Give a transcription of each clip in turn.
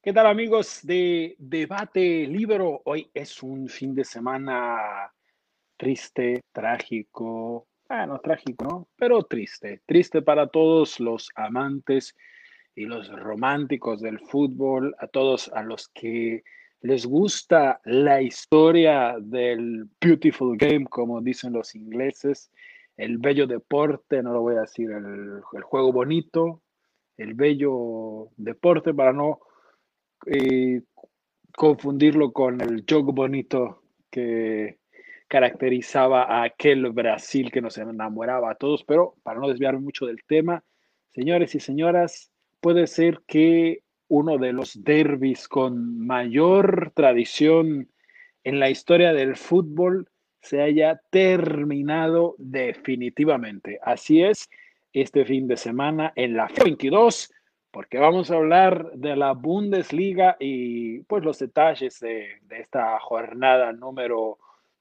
¿Qué tal amigos de Debate Libero? Hoy es un fin de semana triste, trágico, bueno, trágico, ¿no? Pero triste, triste para todos los amantes y los románticos del fútbol, a todos a los que les gusta la historia del beautiful game, como dicen los ingleses, el bello deporte, no lo voy a decir, el juego bonito, el bello deporte para no eh, confundirlo con el jogo bonito que caracterizaba a aquel Brasil que nos enamoraba a todos, pero para no desviarme mucho del tema, señores y señoras, puede ser que uno de los derbis con mayor tradición en la historia del fútbol se haya terminado definitivamente. Así es, este fin de semana en la FIFA 22, porque vamos a hablar de la Bundesliga y pues los detalles de esta jornada número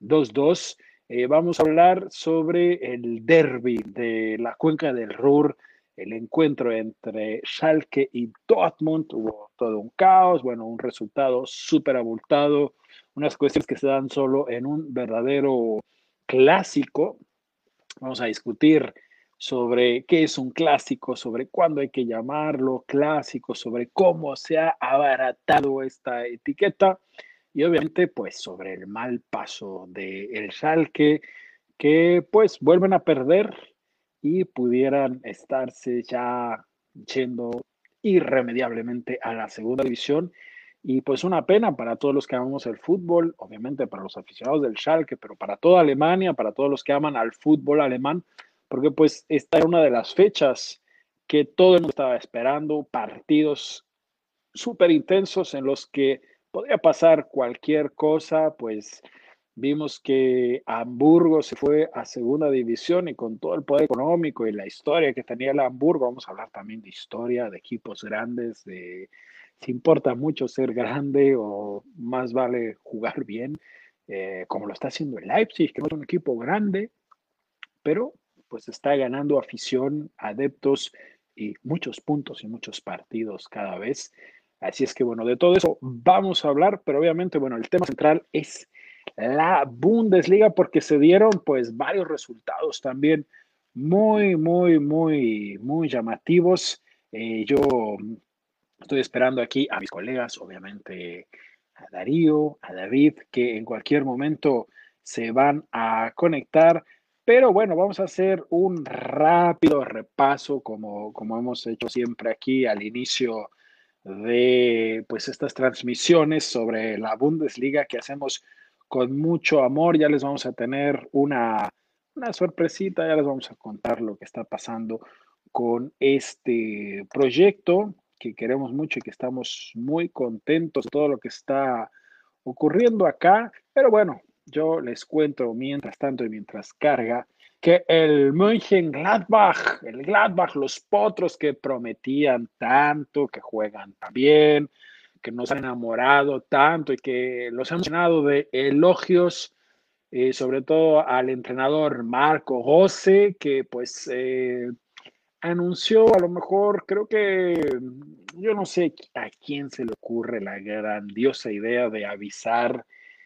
2-2. Vamos a hablar sobre el derby de la cuenca del Ruhr, el encuentro entre Schalke y Dortmund. Hubo todo un caos, bueno, un resultado súper abultado, unas cuestiones que se dan solo en un verdadero clásico. Vamos a discutir sobre qué es un clásico, sobre cuándo hay que llamarlo clásico, sobre cómo se ha abaratado esta etiqueta y obviamente pues sobre el mal paso de el Schalke que pues vuelven a perder y pudieran estarse ya yendo irremediablemente a la segunda división. Y pues una pena para todos los que amamos el fútbol, obviamente para los aficionados del Schalke, pero para toda Alemania, para todos los que aman al fútbol alemán, porque pues esta era una de las fechas que todo el mundo estaba esperando, partidos súper intensos en los que podría pasar cualquier cosa, pues vimos que Hamburgo se fue a segunda división y con todo el poder económico y la historia que tenía el Hamburgo, vamos a hablar también de historia, de equipos grandes, de si importa mucho ser grande o más vale jugar bien, como lo está haciendo el Leipzig, que no es un equipo grande, pero pues está ganando afición, adeptos y muchos puntos y muchos partidos cada vez. Así es que bueno, de todo eso vamos a hablar, pero obviamente bueno, el tema central es la Bundesliga porque se dieron pues varios resultados también muy llamativos. Yo estoy esperando aquí a mis colegas, obviamente a Darío, a David, que en cualquier momento se van a conectar. Pero bueno, vamos a hacer un rápido repaso, como hemos hecho siempre aquí al inicio de pues estas transmisiones sobre la Bundesliga que hacemos con mucho amor. Ya les vamos a tener una sorpresita, ya les vamos a contar lo que está pasando con este proyecto que queremos mucho y que estamos muy contentos de todo lo que está ocurriendo acá. Pero bueno, yo les cuento mientras tanto y mientras carga que el Mönchengladbach, el Gladbach, los potros que prometían tanto, que juegan tan bien, que nos han enamorado tanto y que los hemos llenado de elogios, sobre todo al entrenador Marco Rose, que pues anunció a lo mejor, creo que, yo no sé a quién se le ocurre la grandiosa idea de avisar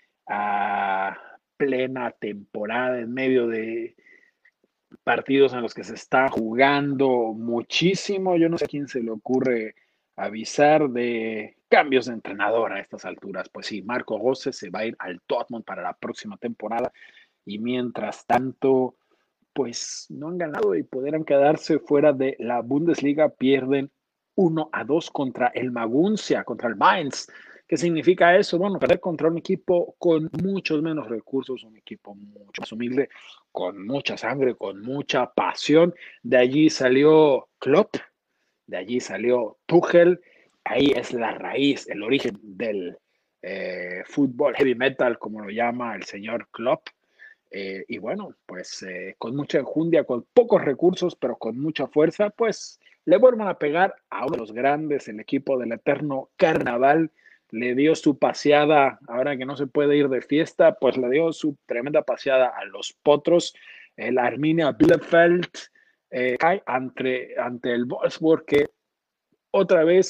a plena temporada en medio de partidos en los que se está jugando muchísimo. Yo no sé a quién se le ocurre avisar de cambios de entrenador a estas alturas. Pues sí, Marco Rose se va a ir al Dortmund para la próxima temporada y mientras tanto, pues no han ganado y podrán quedarse fuera de la Bundesliga, pierden 1-2 contra el Maguncia, contra el Mainz. ¿Qué significa eso? Bueno, perder contra un equipo con muchos menos recursos, un equipo mucho más humilde, con mucha sangre, con mucha pasión. De allí salió Klopp, de allí salió Tuchel. Ahí es la raíz, el origen del fútbol heavy metal, como lo llama el señor Klopp. Y bueno, pues con mucha enjundia, con pocos recursos, pero con mucha fuerza, pues le vuelven a pegar a uno de los grandes, el equipo del eterno Carnaval. Le dio su paseada, ahora que no se puede ir de fiesta, pues le dio su tremenda paseada a los potros. El Arminia Bielefeld cae ante el Wolfsburg, que otra vez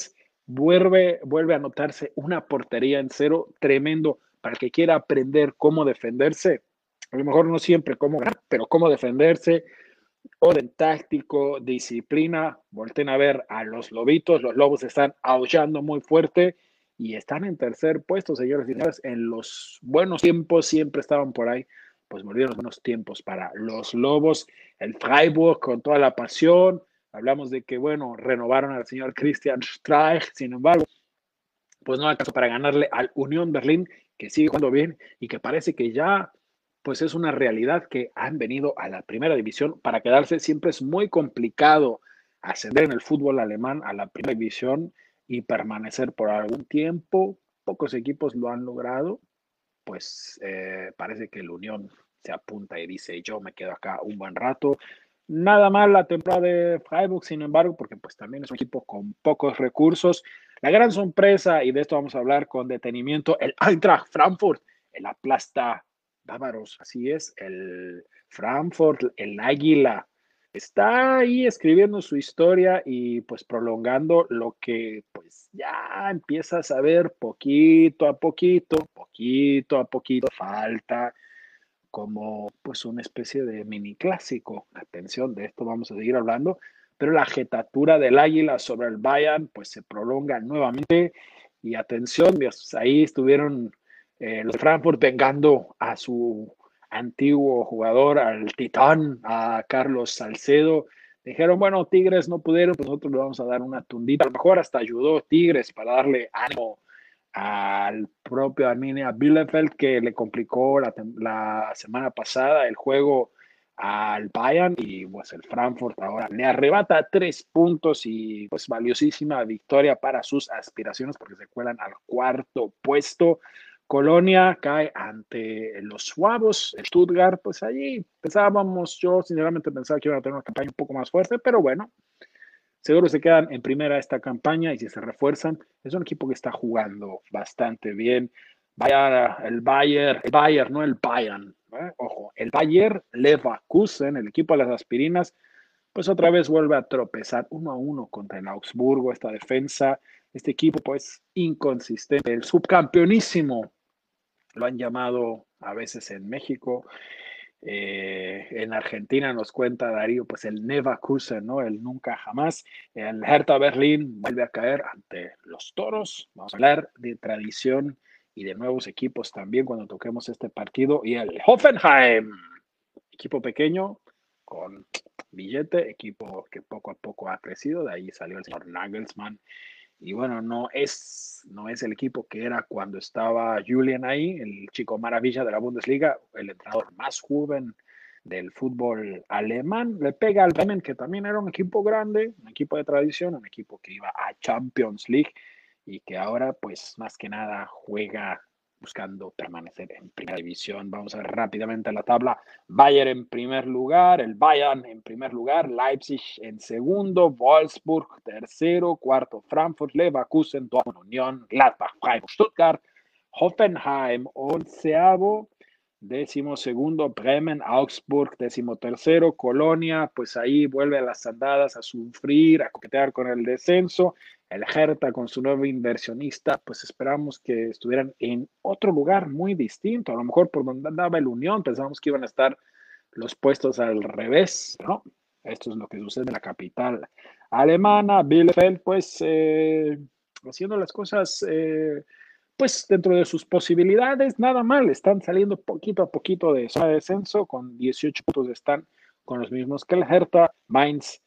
vuelve a anotarse una portería en cero, tremendo para el que quiera aprender cómo defenderse. A lo mejor no siempre cómo ganar, pero cómo defenderse, orden táctico, disciplina. Volten a ver a los lobitos, los lobos están aullando muy fuerte y están en tercer puesto, señores y señores. En los buenos tiempos siempre estaban por ahí, pues volvieron los buenos tiempos para los lobos. El Freiburg con toda la pasión. Hablamos de que, bueno, renovaron al señor Christian Streich, sin embargo, pues no alcanzó para ganarle al Unión Berlín, que sigue jugando bien y que parece que ya pues es una realidad que han venido a la primera división para quedarse. Siempre es muy complicado ascender en el fútbol alemán a la primera división y permanecer por algún tiempo. Pocos equipos lo han logrado, pues parece que el Unión se apunta y dice, yo me quedo acá un buen rato. Nada mal la temporada de Freiburg, sin embargo, porque pues también es un equipo con pocos recursos. La gran sorpresa, y de esto vamos a hablar con detenimiento, el Eintracht Frankfurt, el aplasta bávaros, así es, el Frankfurt, el Águila, está ahí escribiendo su historia y pues prolongando lo que pues ya empiezas a ver poquito a poquito, falta como pues una especie de mini clásico. Atención, de esto vamos a seguir hablando, pero la jetatura del Águila sobre el Bayern pues se prolonga nuevamente y atención, Dios, ahí estuvieron los de Frankfurt vengando a su antiguo jugador, al titán, a Carlos Salcedo. Dijeron, bueno, Tigres no pudieron, pues nosotros le vamos a dar una tundita. A lo mejor hasta ayudó Tigres para darle ánimo al propio Arminia Bielefeld, que le complicó la semana pasada el juego al Bayern, y pues el Frankfurt ahora le arrebata 3 puntos y pues valiosísima victoria para sus aspiraciones porque se cuelan al cuarto puesto. Colonia cae ante los suavos, el Stuttgart, pues allí pensábamos, yo sinceramente pensaba que iban a tener una campaña un poco más fuerte, pero bueno, seguro se quedan en primera esta campaña y si se refuerzan, es un equipo que está jugando bastante bien. Vaya el Bayern, no el Bayern, ¿eh? Ojo, el Bayer Leverkusen, el equipo de las aspirinas, pues otra vez vuelve a tropezar 1-1 contra el Augsburgo, esta defensa, este equipo pues inconsistente, el subcampeonísimo, lo han llamado a veces en México. En Argentina nos cuenta Darío, pues el Nevakusen, ¿no? El nunca jamás. El Hertha Berlín vuelve a caer ante los Toros. Vamos a hablar de tradición y de nuevos equipos también cuando toquemos este partido. Y el Hoffenheim, equipo pequeño con billete, equipo que poco a poco ha crecido. De ahí salió el señor Nagelsmann. Y bueno, no es el equipo que era cuando estaba Julian ahí, el chico maravilla de la Bundesliga, el entrenador más joven del fútbol alemán. Le pega al Bremen, que también era un equipo grande, un equipo de tradición, un equipo que iba a Champions League y que ahora, pues más que nada, juega buscando permanecer en primera división. Vamos a ver rápidamente la tabla. Bayern en primer lugar, el Bayern en primer lugar, Leipzig en segundo, Wolfsburg tercero, cuarto Frankfurt, Leverkusen, Dortmund, Unión, Gladbach, Freiburg, Stuttgart, Hoffenheim onceavo, décimo segundo Bremen, Augsburg décimo tercero, Colonia, pues ahí vuelve a las andadas a sufrir, a coquetear con el descenso. El Hertha con su nuevo inversionista, pues esperamos que estuvieran en otro lugar muy distinto, a lo mejor por donde andaba el Unión, pensábamos que iban a estar los puestos al revés, ¿no? Esto es lo que sucede en la capital alemana. Bielefeld, pues, haciendo las cosas, pues, dentro de sus posibilidades, nada mal. Están saliendo poquito a poquito de zona de descenso, con 18 puntos están con los mismos que el Hertha. Mainz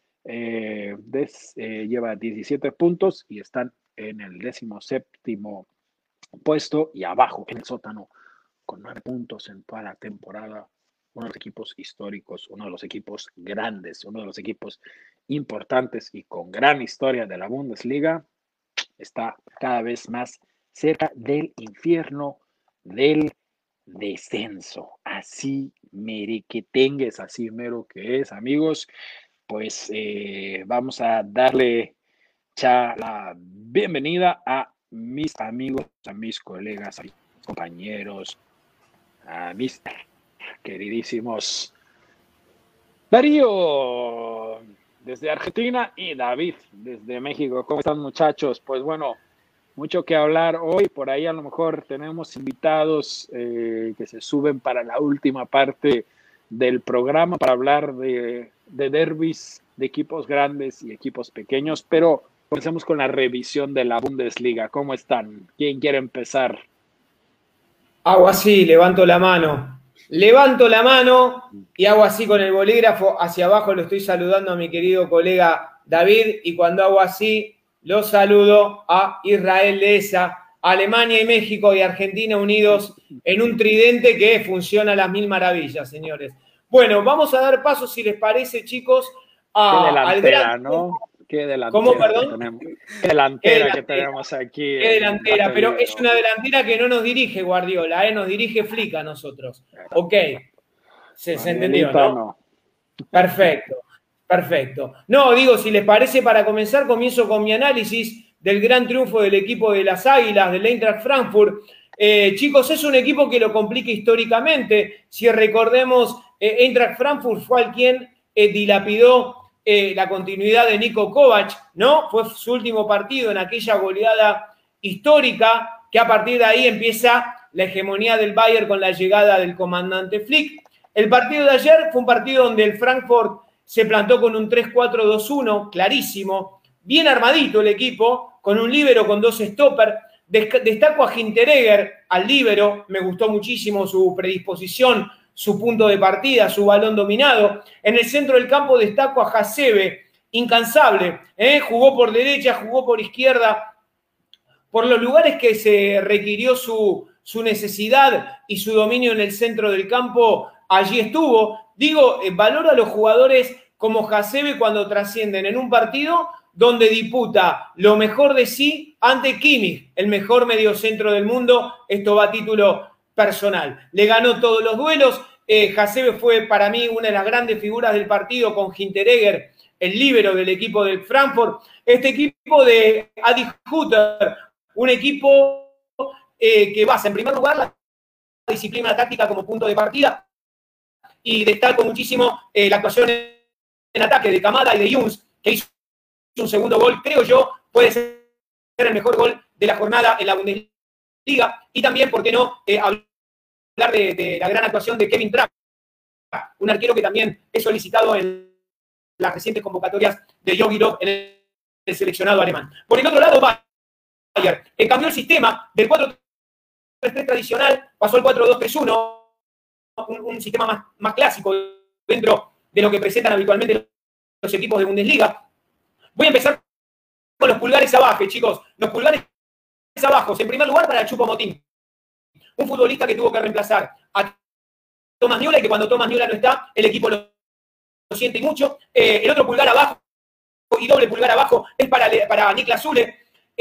lleva 17 puntos y están en el 17º puesto y abajo en el sótano con 9 puntos en toda la temporada. Uno de los equipos históricos, uno de los equipos grandes, uno de los equipos importantes y con gran historia de la Bundesliga, está cada vez más cerca del infierno del descenso. Así merequetengues, así mero que es, amigos. Pues vamos a darle ya la bienvenida a mis amigos, a mis colegas, a mis compañeros, a mis queridísimos Darío. desde Argentina y David desde México. ¿Cómo están, muchachos? Pues bueno, mucho que hablar hoy. Por ahí a lo mejor tenemos invitados que se suben para la última parte del programa para hablar de derbis, de equipos grandes y equipos pequeños, pero comencemos con la revisión de la Bundesliga. ¿Cómo están? ¿Quién quiere empezar? Hago así, levanto la mano. Levanto la mano y hago así con el bolígrafo. Hacia abajo lo estoy saludando a mi querido colega David. Y cuando hago así, lo saludo a Israel Dehesa, Alemania y México y Argentina unidos en un tridente que funciona a las mil maravillas, señores. Bueno, vamos a dar paso, si les parece, chicos, al gran... ¿No? Qué delantera. ¿Cómo, perdón? Qué delantera que tenemos aquí. Qué delantera, pero es una delantera que no nos dirige Guardiola, nos dirige Flick a nosotros. Ok, se entendió, ¿no? Perfecto, perfecto. No, digo, si les parece, para comenzar, comienzo con mi análisis del gran triunfo del equipo de las Águilas, del Eintracht Frankfurt. Chicos, es un equipo que lo complica históricamente. Si recordemos, Eintracht Frankfurt fue al quien dilapidó la continuidad de Niko Kovac, ¿no? Fue su último partido en aquella goleada histórica, que a partir de ahí empieza la hegemonía del Bayern con la llegada del comandante Flick. El partido de ayer fue un partido donde el Frankfurt se plantó con un 3-4-2-1, clarísimo, bien armadito el equipo, con un líbero con dos stoppers. Destaco a Hinteregger, al líbero, me gustó muchísimo su predisposición, su punto de partida, su balón dominado. En el centro del campo destaco a Hasebe, incansable, jugó por derecha, jugó por izquierda, por los lugares que se requirió su necesidad y su dominio en el centro del campo, allí estuvo. Digo, valoro a los jugadores como Hasebe cuando trascienden en un partido donde disputa lo mejor de sí ante Kimmich, el mejor mediocentro del mundo. Esto va a título personal. Le ganó todos los duelos. Hasebe fue para mí una de las grandes figuras del partido con Hinteregger, el líbero del equipo del Frankfurt. Este equipo de Adi Hutter, un equipo que basa en primer lugar la disciplina táctica como punto de partida, y destaco muchísimo la actuación en ataque de Kamada y de Jungs, que hizo un segundo gol, creo yo, puede ser el mejor gol de la jornada en la Bundesliga. Y también, ¿por qué no hablar de la gran actuación de Kevin Trapp, un arquero que también es solicitado en las recientes convocatorias de Jogi Löw en el seleccionado alemán? Por el otro lado, Bayern cambió el sistema del 4-3-3 tradicional, pasó al 4-2-3-1, un sistema más clásico dentro de lo que presentan habitualmente los equipos de Bundesliga. Voy a empezar con los pulgares abajo, chicos. Los pulgares abajo. En primer lugar, para el Choupo-Moting, un futbolista que tuvo que reemplazar a Thomas Müller, y que cuando Thomas Müller no está, el equipo lo siente mucho. El otro pulgar abajo y doble pulgar abajo es para Niklas Süle.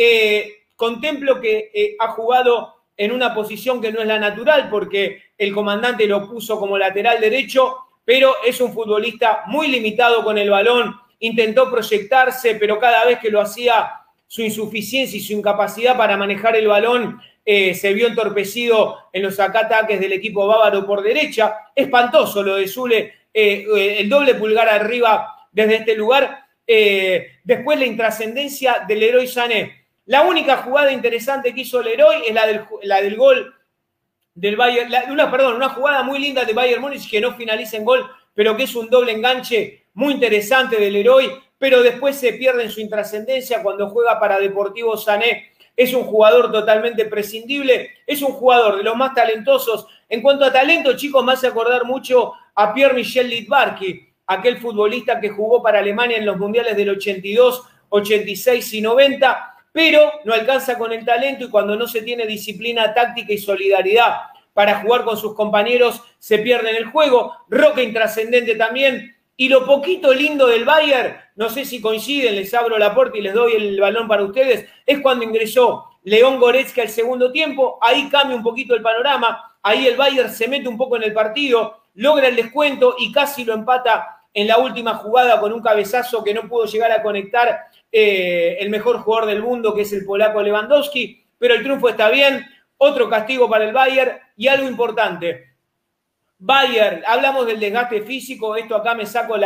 Contemplo que ha jugado en una posición que no es la natural, porque el comandante lo puso como lateral derecho, pero es un futbolista muy limitado con el balón. Intentó proyectarse, pero cada vez que lo hacía, su insuficiencia y su incapacidad para manejar el balón se vio entorpecido en los ataques del equipo bávaro por derecha. Espantoso lo de Süle, el doble pulgar arriba desde este lugar. Después la intrascendencia de Leroy Sané. La única jugada interesante que hizo Leroy es la del gol del Bayern, una jugada muy linda de Bayern Múnich que no finaliza en gol, pero que es un doble enganche muy interesante del Leroy, pero después se pierde en su intrascendencia cuando juega para Deportivo Sané. Es un jugador totalmente prescindible, es un jugador de los más talentosos. En cuanto a talento, chicos, me hace acordar mucho a Pierre-Michel Littbarski, aquel futbolista que jugó para Alemania en los mundiales del 82, 86 y 90, pero no alcanza con el talento, y cuando no se tiene disciplina táctica y solidaridad para jugar con sus compañeros, se pierde en el juego. Roca intrascendente también. Y lo poquito lindo del Bayern, no sé si coinciden, les abro la puerta y les doy el balón para ustedes, es cuando ingresó León Goretzka al segundo tiempo. Ahí cambia un poquito el panorama, ahí el Bayern se mete un poco en el partido, logra el descuento y casi lo empata en la última jugada con un cabezazo que no pudo llegar a conectar el mejor jugador del mundo, que es el polaco Lewandowski, pero el triunfo está bien. Otro castigo para el Bayern y algo importante. Bayern, hablamos del desgaste físico, esto acá me saco la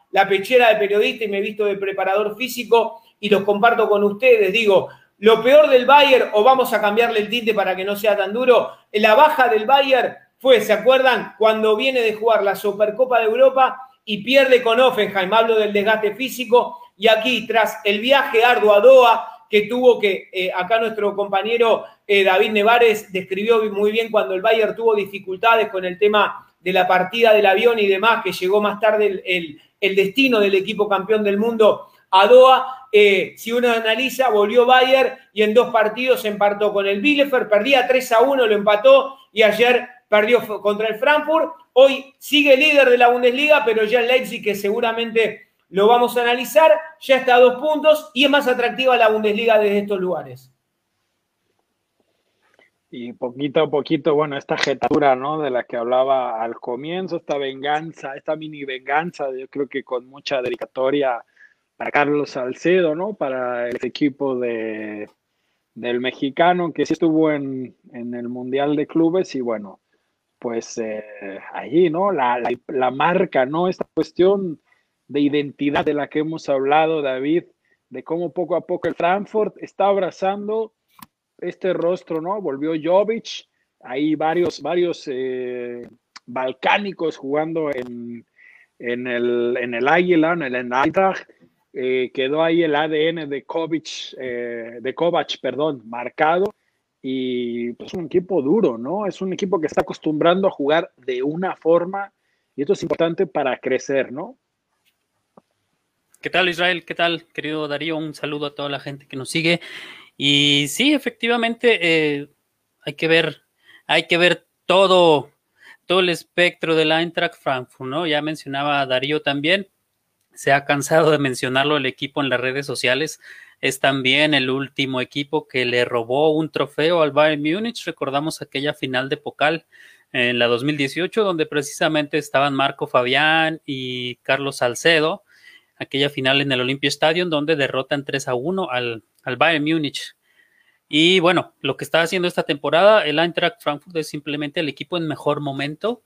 la pechera de periodista y me he visto de preparador físico y los comparto con ustedes. Digo, lo peor del Bayern, o vamos a cambiarle el tinte para que no sea tan duro, la baja del Bayern fue, ¿se acuerdan? Cuando viene de jugar la Supercopa de Europa y pierde con Hoffenheim, hablo del desgaste físico, y aquí tras el viaje arduo a Doha, que tuvo que, acá nuestro compañero David Nevares describió muy bien cuando el Bayern tuvo dificultades con el tema de la partida del avión y demás, que llegó más tarde el destino del equipo campeón del mundo a Doha. Si uno analiza, volvió Bayern y en 2 partidos empató con el Bielefeld, perdía 3-1, lo empató y ayer perdió contra el Frankfurt. Hoy sigue líder de la Bundesliga, pero ya el Leipzig, que seguramente lo vamos a analizar, ya está a 2 puntos y es más atractiva la Bundesliga desde estos lugares. Y poquito a poquito, bueno, esta jetatura, ¿no? De la que hablaba al comienzo, esta venganza, esta mini venganza, yo creo que con mucha dedicatoria para Carlos Salcedo, ¿no? Para el equipo del mexicano que sí estuvo en el Mundial de Clubes y bueno, pues allí, ¿no? La marca, ¿no? Esta cuestión de identidad de la que hemos hablado, David, de cómo poco a poco el Frankfurt está abrazando este rostro, ¿no? Volvió Jovic, hay varios balcánicos jugando en el Águila, en el Eintracht. Quedó ahí el ADN de Kovac, marcado, y pues un equipo duro, ¿no? Es un equipo que está acostumbrando a jugar de una forma, y esto es importante para crecer, ¿no? ¿Qué tal, Israel? ¿Qué tal, querido Darío? Un saludo a toda la gente que nos sigue. Y sí, efectivamente, hay que ver todo el espectro del Eintracht Frankfurt, ¿no? Ya mencionaba Darío también, se ha cansado de mencionarlo el equipo en las redes sociales, es también el último equipo que le robó un trofeo al Bayern Múnich. Recordamos aquella final de Pokal en la 2018, donde precisamente estaban Marco Fabián y Carlos Salcedo, aquella final en el Olympia Stadium, donde derrotan 3-1 al Bayern Múnich. Y bueno, lo que está haciendo esta temporada, el Eintracht Frankfurt es simplemente el equipo en mejor momento,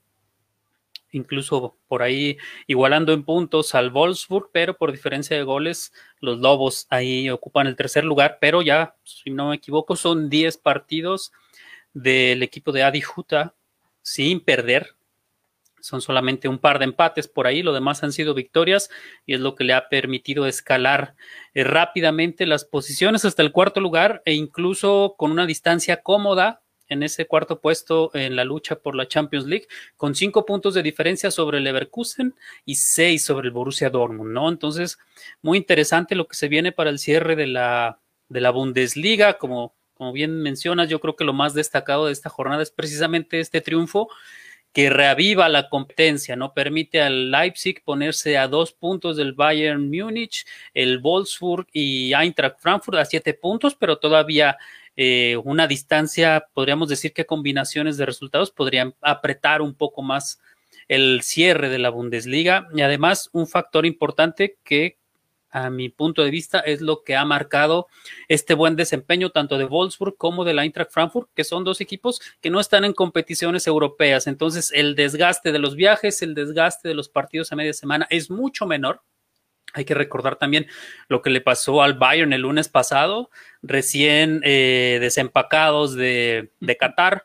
incluso por ahí igualando en puntos al Wolfsburg, pero por diferencia de goles, los Lobos ahí ocupan el 3er lugar, pero ya, si no me equivoco, son 10 partidos del equipo de Adi Hütter sin perder. Son solamente un par de empates por ahí, lo demás han sido victorias y es lo que le ha permitido escalar rápidamente las posiciones hasta el 4er lugar e incluso con una distancia cómoda en ese 4er puesto en la lucha por la Champions League, con 5 puntos de diferencia sobre el Leverkusen y 6 sobre el Borussia Dortmund, ¿no? Entonces, muy interesante lo que se viene para el cierre de la Bundesliga. Como bien mencionas, yo creo que lo más destacado de esta jornada es precisamente este triunfo que reaviva la competencia, ¿no? Permite al Leipzig ponerse a 2 puntos del Bayern Múnich, el Wolfsburg y Eintracht Frankfurt a 7 puntos, pero todavía una distancia, podríamos decir que combinaciones de resultados podrían apretar un poco más el cierre de la Bundesliga. Y además, un factor importante que a mi punto de vista es lo que ha marcado este buen desempeño tanto de Wolfsburg como de la Eintracht Frankfurt, que son 2 equipos que no están en competiciones europeas. Entonces el desgaste de los viajes, el desgaste de los partidos a media semana es mucho menor. Hay que recordar también lo que le pasó al Bayern el lunes pasado, recién desempacados de Qatar.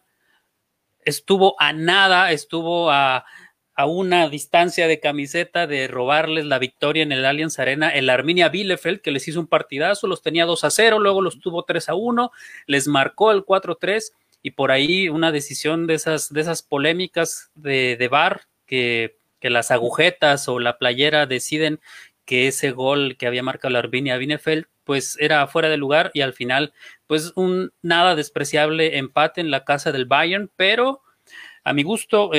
Estuvo a nada, estuvo a una distancia de camiseta de robarles la victoria en el Allianz Arena el Arminia Bielefeld, que les hizo un partidazo, los tenía 2-0, luego los tuvo 3-1, les marcó el 4-3 y por ahí una decisión de esas polémicas de VAR, que las agujetas o la playera deciden que ese gol que había marcado la Arminia Bielefeld pues era fuera de lugar y al final pues un nada despreciable empate en la casa del Bayern, pero a mi gusto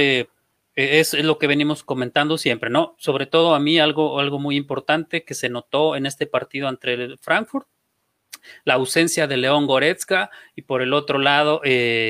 es lo que venimos comentando siempre, ¿no? Sobre todo a mí algo muy importante que se notó en este partido entre el Frankfurt, la ausencia de León Goretzka y por el otro lado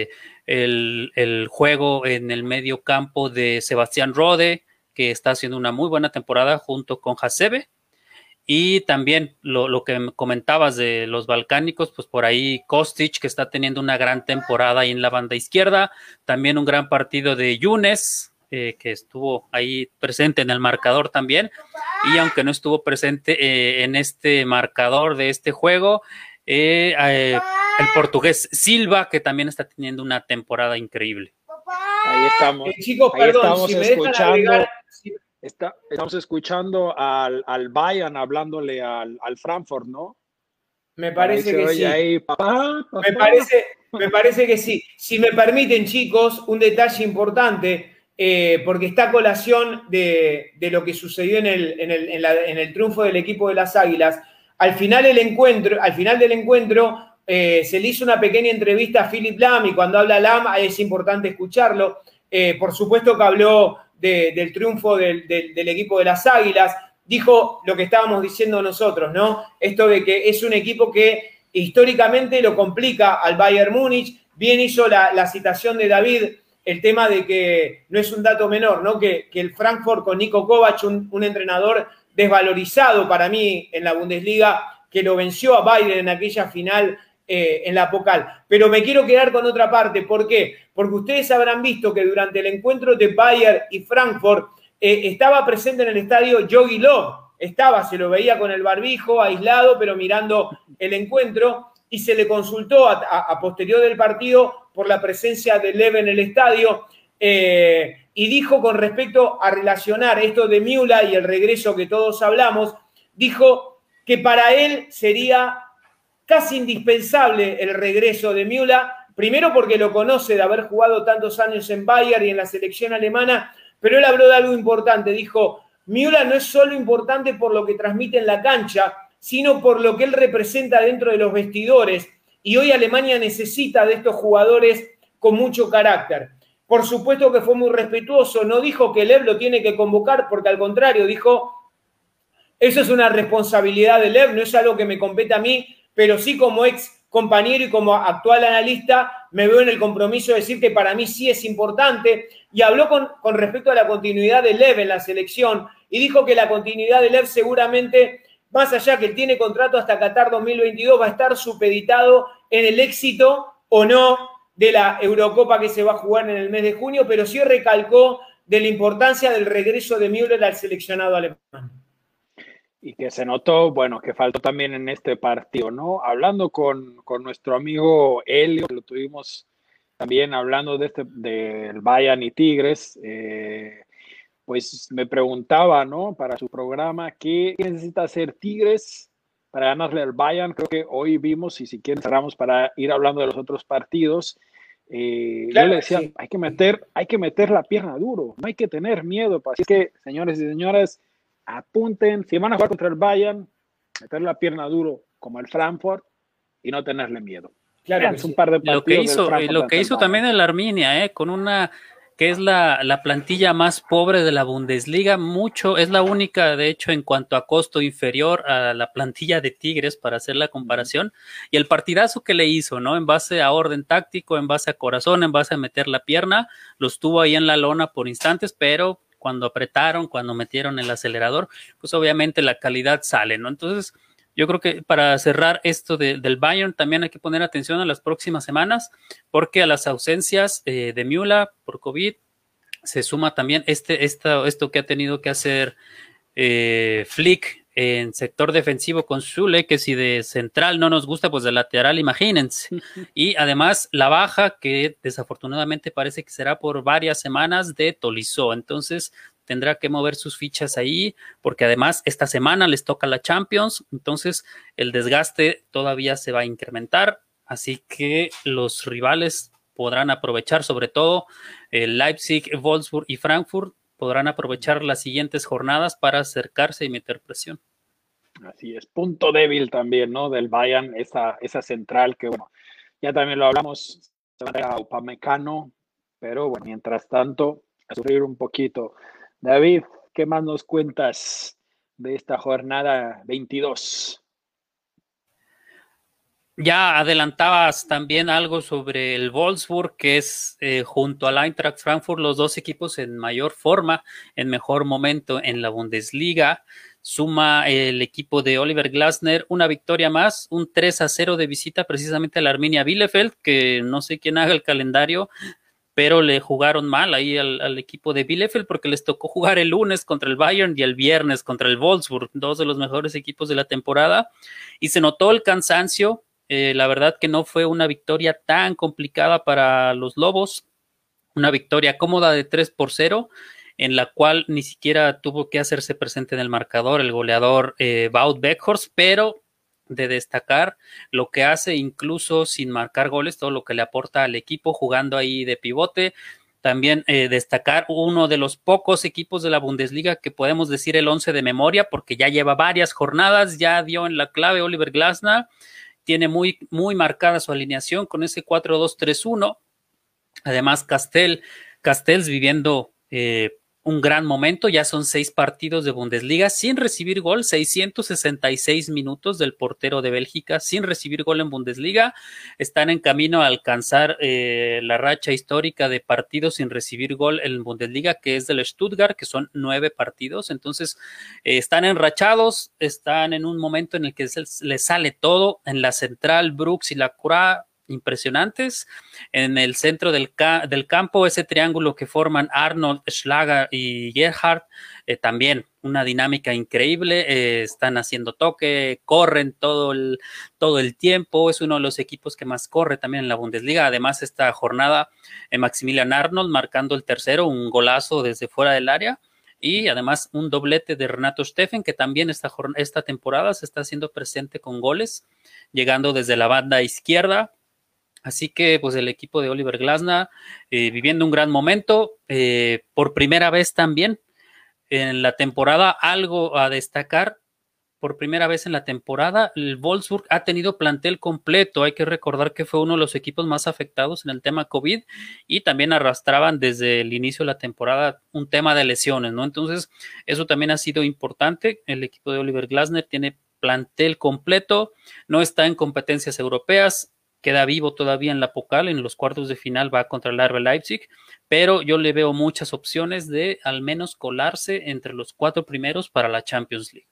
el juego en el medio campo de Sebastián Rode, que está haciendo una muy buena temporada junto con Hasebe. Y también lo que comentabas de los balcánicos, pues por ahí Kostic, que está teniendo una gran temporada ahí en la banda izquierda, también un gran partido de Younes, que estuvo ahí presente en el marcador también, y aunque no estuvo presente en este marcador de este juego, el portugués Silva, que también está teniendo una temporada increíble. Ahí estamos. Chicos, ahí perdón, estamos si me escuchando, dejan agregar... estamos escuchando al Bayern hablándole al Frankfurt, ¿no? Me parece que sí. Ahí, papá. Me parece que sí. Si me permiten, chicos, un detalle importante, porque está a colación de lo que sucedió en el triunfo del equipo de las Águilas. Al final del encuentro, se le hizo una pequeña entrevista a Philip Lahm, y cuando habla Lahm es importante escucharlo. Por supuesto que habló del triunfo del equipo de las Águilas. Dijo lo que estábamos diciendo nosotros, ¿no? Esto de que es un equipo que históricamente lo complica al Bayern Múnich. Bien hizo la citación de David, el tema de que no es un dato menor, ¿no? Que el Frankfurt con Niko Kovac, un entrenador desvalorizado para mí en la Bundesliga, que lo venció a Bayern en aquella final en la Pokal. Pero me quiero quedar con otra parte. ¿Por qué? Porque ustedes habrán visto que durante el encuentro de Bayern y Frankfurt estaba presente en el estadio Jogi Löw. Se lo veía con el barbijo, aislado, pero mirando el encuentro, y se le consultó a posterior del partido por la presencia de Löw en el estadio, y dijo, con respecto a relacionar esto de Müller y el regreso que todos hablamos, dijo que para él sería casi indispensable el regreso de Müller, primero porque lo conoce de haber jugado tantos años en Bayern y en la selección alemana, pero él habló de algo importante. Dijo, Müller no es solo importante por lo que transmite en la cancha, sino por lo que él representa dentro de los vestidores, y hoy Alemania necesita de estos jugadores con mucho carácter. Por supuesto que fue muy respetuoso, no dijo que Löw lo tiene que convocar, porque al contrario, dijo, eso es una responsabilidad de Löw, no es algo que me compete a mí, pero sí, como ex compañero y como actual analista, me veo en el compromiso de decir que para mí sí es importante. Y habló con respecto a la continuidad de Löw en la selección, y dijo que la continuidad de Löw seguramente, más allá que él tiene contrato hasta Qatar 2022, va a estar supeditado en el éxito o no de la Eurocopa que se va a jugar en el mes de junio, pero sí recalcó de la importancia del regreso de Müller al seleccionado alemán. Y que se notó, bueno, que faltó también en este partido, ¿no? Hablando con nuestro amigo Helio, que lo tuvimos también hablando del Bayern y Tigres, pues me preguntaba, ¿no? Para su programa, ¿qué necesita hacer Tigres para ganarle al Bayern? Creo que hoy vimos, y si quieren cerramos para ir hablando de los otros partidos. Claro, yo le decía, sí, hay que meter la pierna duro, no hay que tener miedo. Así que, señores y señoras, apunten, si van a jugar contra el Bayern, meter la pierna duro como el Frankfurt y no tenerle miedo. Claro, un par de partidos lo que hizo también el Arminia, con una que es la plantilla más pobre de la Bundesliga, es la única, de hecho, en cuanto a costo inferior a la plantilla de Tigres, para hacer la comparación, y el partidazo que le hizo, ¿no? En base a orden táctico, en base a corazón, en base a meter la pierna, los tuvo ahí en la lona por instantes, pero cuando apretaron, cuando metieron el acelerador, pues obviamente la calidad sale, ¿no? Entonces, yo creo que para cerrar esto del Bayern, también hay que poner atención a las próximas semanas, porque a las ausencias de Müller por COVID se suma también esto que ha tenido que hacer Flick en sector defensivo con Süle, que si de central no nos gusta, pues de lateral, imagínense. Y además la baja, que desafortunadamente parece que será por varias semanas, de Tolisso. Entonces tendrá que mover sus fichas ahí, porque además esta semana les toca la Champions, entonces el desgaste todavía se va a incrementar, así que los rivales podrán aprovechar, sobre todo Leipzig, Wolfsburg y Frankfurt, podrán aprovechar las siguientes jornadas para acercarse y meter presión. Así es, punto débil también, ¿no? Del Bayern, esa central que, bueno, ya también lo hablamos, se va a Upamecano, pero bueno, mientras tanto, a sufrir un poquito. David, ¿qué más nos cuentas de esta jornada 22? Ya adelantabas también algo sobre el Wolfsburg, que es junto al Eintracht Frankfurt los dos equipos en mayor forma, en mejor momento en la Bundesliga. Suma el equipo de Oliver Glasner una victoria más, un 3-0 de visita precisamente al Arminia Bielefeld, que no sé quién haga el calendario, pero le jugaron mal ahí al equipo de Bielefeld porque les tocó jugar el lunes contra el Bayern y el viernes contra el Wolfsburg, dos de los mejores equipos de la temporada, y se notó el cansancio. La verdad que no fue una victoria tan complicada para los Lobos, una victoria cómoda de 3-0, en la cual ni siquiera tuvo que hacerse presente en el marcador el goleador Wout Weghorst, pero de destacar lo que hace incluso sin marcar goles, todo lo que le aporta al equipo jugando ahí de pivote. También destacar uno de los pocos equipos de la Bundesliga que podemos decir el 11 de memoria, porque ya lleva varias jornadas, ya dio en la clave Oliver Glasner, tiene muy, muy marcada su alineación con ese 4-2-3-1. Además, Castells viviendo un gran momento, ya son 6 partidos de Bundesliga sin recibir gol, 666 minutos del portero de Bélgica sin recibir gol en Bundesliga, están en camino a alcanzar la racha histórica de partidos sin recibir gol en Bundesliga, que es del Stuttgart, que son 9 partidos, entonces están enrachados, están en un momento en el que les sale todo, en la central Brooks y la Croix, impresionantes. En el centro del campo, ese triángulo que forman Arnold, Schlager y Gerhard, también una dinámica increíble, están haciendo toque, corren todo el tiempo, es uno de los equipos que más corre también en la Bundesliga. Además, esta jornada, Maximilian Arnold marcando el tercero, un golazo desde fuera del área. Y además un doblete de Renato Steffen, que también esta temporada se está haciendo presente con goles, llegando desde la banda izquierda. Así que pues el equipo de Oliver Glasner viviendo un gran momento, por primera vez también en la temporada, algo a destacar, por primera vez en la temporada el Wolfsburg ha tenido plantel completo. Hay que recordar que fue uno de los equipos más afectados en el tema COVID y también arrastraban desde el inicio de la temporada un tema de lesiones, ¿no? Entonces eso también ha sido importante. El equipo de Oliver Glasner tiene plantel completo, no está en competencias europeas, queda vivo todavía en la Pokal, en los cuartos de final va contra el RB Leipzig, pero yo le veo muchas opciones de al menos colarse entre los 4 primeros para la Champions League.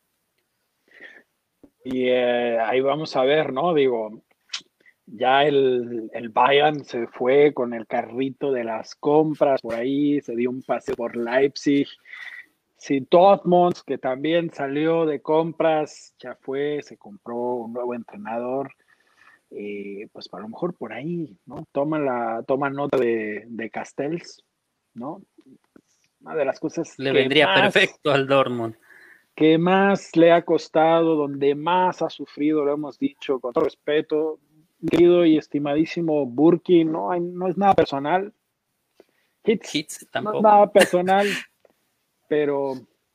Y ahí vamos a ver, ¿no? Digo, ya el Bayern se fue con el carrito de las compras por ahí, se dio un paseo por Leipzig. Sí, Dortmund, que también salió de compras, ya fue, se compró un nuevo entrenador. Pues a lo mejor por ahí, ¿no? Toma nota de Castells, ¿no? Una de las cosas le vendría perfecto al Dortmund, que más le ha costado, donde más ha sufrido, lo hemos dicho con todo respeto, querido y estimadísimo Burki, no es nada personal, Hits tampoco. No es nada personal, pero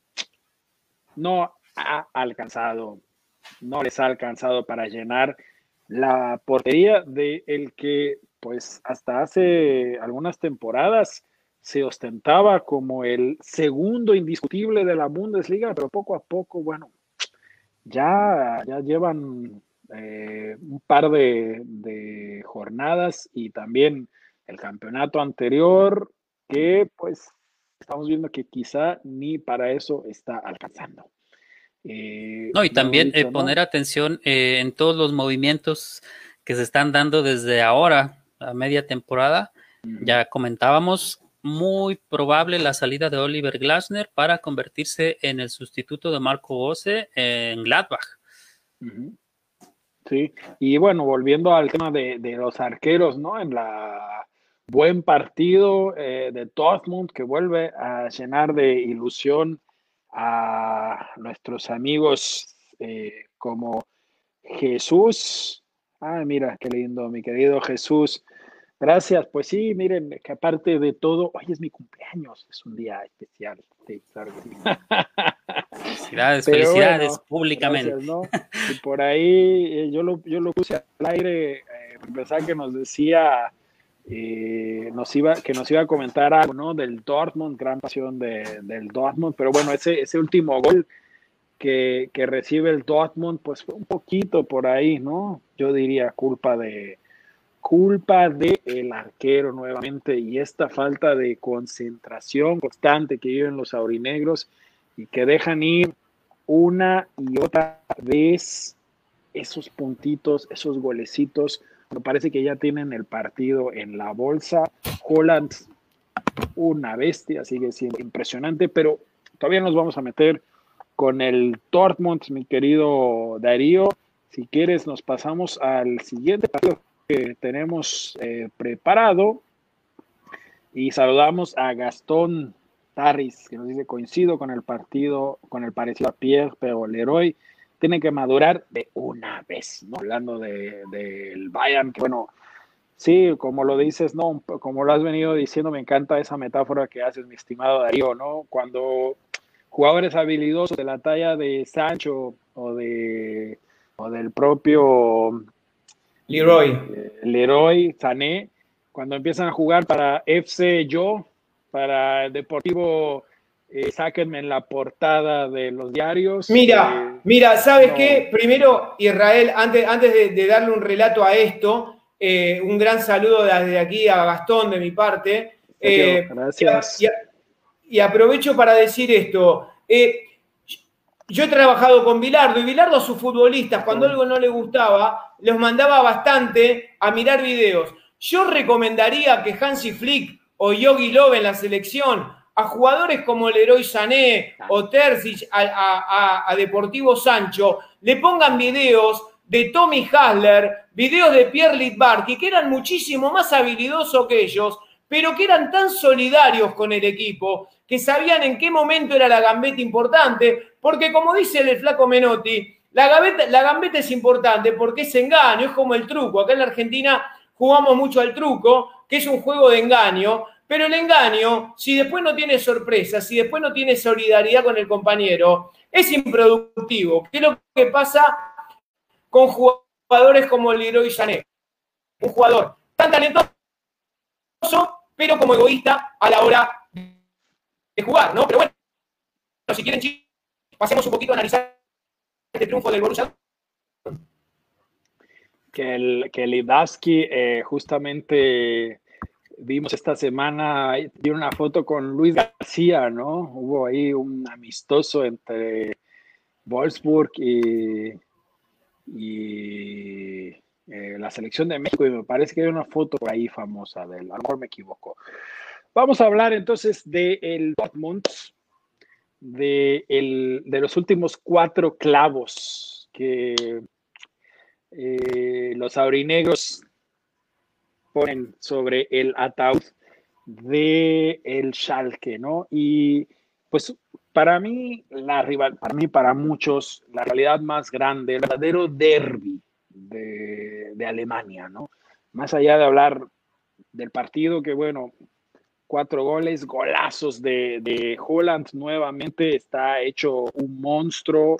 no ha alcanzado, no les ha alcanzado para llenar la portería de el que pues hasta hace algunas temporadas se ostentaba como el segundo indiscutible de la Bundesliga, pero poco a poco, bueno, ya llevan un par de jornadas y también el campeonato anterior que pues estamos viendo que quizá ni para eso está alcanzando. No, y también dicho, poner atención en todos los movimientos que se están dando desde ahora a media temporada. Ya comentábamos, muy probable la salida de Oliver Glasner para convertirse en el sustituto de Marco Rose en Gladbach. Sí, y bueno, volviendo al tema de los arqueros, ¿no? En la buen partido de Dortmund, que vuelve a llenar de ilusión a nuestros amigos como Jesús. Ah, mira, qué lindo, mi querido Jesús. Gracias. Pues sí, miren, que aparte de todo, hoy es mi cumpleaños, es un día especial. Sí, claro que sí. Felicidades bueno, públicamente. Gracias, ¿no? Y por ahí yo lo puse al aire, pensaba que nos decía que nos iba a comentar algo, ¿no? Del Dortmund, gran pasión del Dortmund, pero bueno, ese último gol que recibe el Dortmund, pues fue un poquito por ahí, ¿no? Yo diría culpa de el arquero nuevamente y esta falta de concentración constante que viven los aurinegros y que dejan ir una y otra vez esos puntitos, esos golecitos Me parece que ya tienen el partido en la bolsa. Haaland, una bestia, sigue siendo impresionante, pero todavía nos vamos a meter con el Dortmund, mi querido Darío. Si quieres, nos pasamos al siguiente partido que tenemos preparado y saludamos a Gastón Tarris, que nos dice: coincido con el partido, con el parecido a Pierre, pero Leroy tiene que madurar de una vez, ¿no? Hablando del Bayern, que bueno, sí, como lo dices, ¿no? Como lo has venido diciendo, me encanta esa metáfora que haces, mi estimado Darío, ¿no? Cuando jugadores habilidosos de la talla de Sancho o del propio Leroy Sané, cuando empiezan a jugar para FC para el Deportivo, sáquenme en la portada de los diarios. Mira, ¿sabes qué? Primero, Israel, antes de darle un relato a esto, un gran saludo desde aquí a Gastón de mi parte. Gracias. Y aprovecho para decir esto. Yo he trabajado con Bilardo, y Bilardo a sus futbolistas, cuando algo no le gustaba, los mandaba bastante a mirar videos. Yo recomendaría que Hansi Flick o Jogi Löw en la selección, a jugadores como Leroy Sané o Terzic, a Deportivo Sancho, le pongan videos de Tommy Hasler, videos de Pierre Littbarski, que eran muchísimo más habilidosos que ellos, pero que eran tan solidarios con el equipo, que sabían en qué momento era la gambeta importante, porque como dice el flaco Menotti, la gambeta es importante porque es engaño, es como el truco. Acá en la Argentina jugamos mucho al truco, que es un juego de engaño, pero el engaño, si después no tiene sorpresa, si después no tiene solidaridad con el compañero, es improductivo. ¿Qué es lo que pasa con jugadores como Leroy Sané? Un jugador tan talentoso, pero como egoísta a la hora de jugar, ¿no? Pero bueno, si quieren, chicos, pasemos un poquito a analizar este triunfo del Borussia. Que Littbarski justamente vimos esta semana, dio una foto con Luis García, ¿no? Hubo ahí un amistoso entre Wolfsburg y la selección de México, y me parece que hay una foto por ahí famosa de él, a lo mejor me equivoco. Vamos a hablar entonces del Dortmund, de los últimos 4 clavos que los aurinegros ponen sobre el ataúd del Schalke, ¿no? Y pues para muchos, la realidad más grande, el verdadero derbi de Alemania, ¿no? Más allá de hablar del partido, que bueno, 4 goles, golazos de Haaland nuevamente, está hecho un monstruo,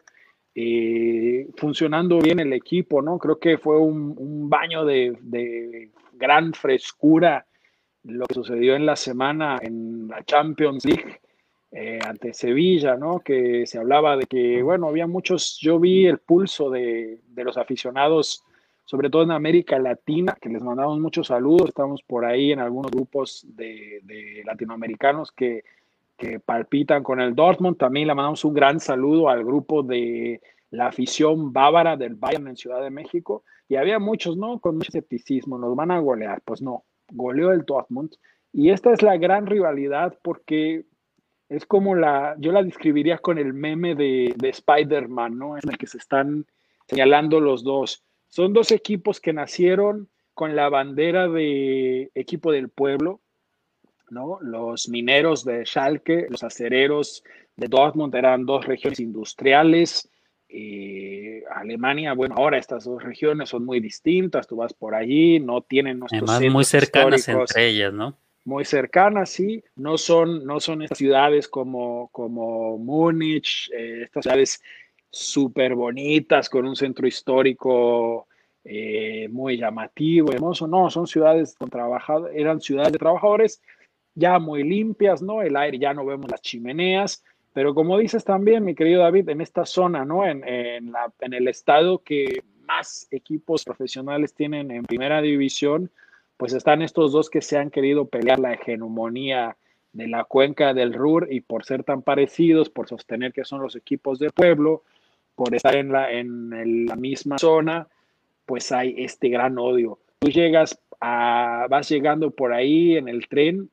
funcionando bien el equipo, ¿no? Creo que fue un baño de gran frescura lo que sucedió en la semana en la Champions League ante Sevilla, ¿no? Que se hablaba de que, bueno, había muchos, yo vi el pulso de los aficionados, sobre todo en América Latina, que les mandamos muchos saludos. Estamos por ahí en algunos grupos de latinoamericanos que palpitan con el Dortmund. También le mandamos un gran saludo al grupo de la afición bávara del Bayern en Ciudad de México. Y había muchos, ¿no? Con mucho escepticismo, nos van a golear. Pues no, goleó el Dortmund. Y esta es la gran rivalidad porque es como yo la describiría con el meme de Spider-Man, ¿no? En el que se están señalando los dos. Son 2 equipos que nacieron con la bandera de equipo del pueblo, ¿no? Los mineros de Schalke, los acereros de Dortmund eran 2 regiones industriales. Alemania, bueno, ahora estas 2 regiones son muy distintas, tú vas por allí, no tienen nuestros además muy cercanas entre ellas, ¿no? Muy cercanas, sí, no son estas ciudades como Múnich, estas ciudades súper bonitas con un centro histórico muy llamativo, hermoso. No, son ciudades eran ciudades de trabajadores ya muy limpias, ¿no? El aire, ya no vemos las chimeneas, pero como dices también, mi querido David, en esta zona, ¿no? En el estado que más equipos profesionales tienen en primera división, pues están estos 2 que se han querido pelear la hegemonía de la cuenca del Ruhr, y por ser tan parecidos, por sostener que son los equipos de pueblo, por estar en la misma zona, pues hay este gran odio. tú vas llegando por ahí en el tren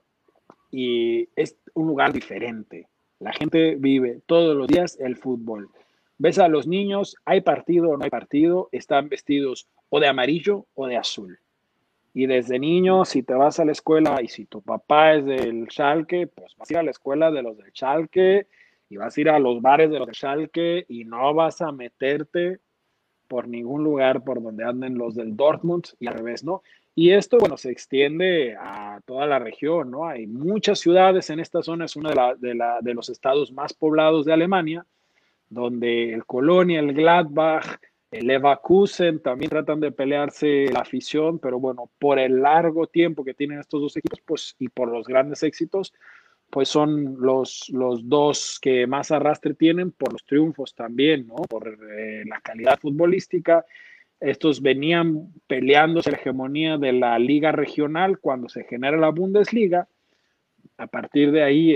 y es un lugar diferente. La gente vive todos los días el fútbol. Ves a los niños, hay partido o no hay partido, están vestidos o de amarillo o de azul. Y desde niño, si te vas a la escuela y si tu papá es del Schalke, pues vas a ir a la escuela de los del Schalke y vas a ir a los bares de los del Schalke y no vas a meterte por ningún lugar por donde anden los del Dortmund y al revés, ¿no? Y esto, bueno, se extiende a toda la región, ¿no? Hay muchas ciudades en esta zona, es uno de los estados más poblados de Alemania, donde el Colonia, el Gladbach, el Leverkusen también tratan de pelearse la afición, pero bueno, por el largo tiempo que tienen estos dos equipos, pues, y por los grandes éxitos, pues son los dos que más arrastre tienen por los triunfos también, ¿no? Por la calidad futbolística. Estos venían peleándose la hegemonía de la liga regional cuando se genera la Bundesliga. A partir de ahí,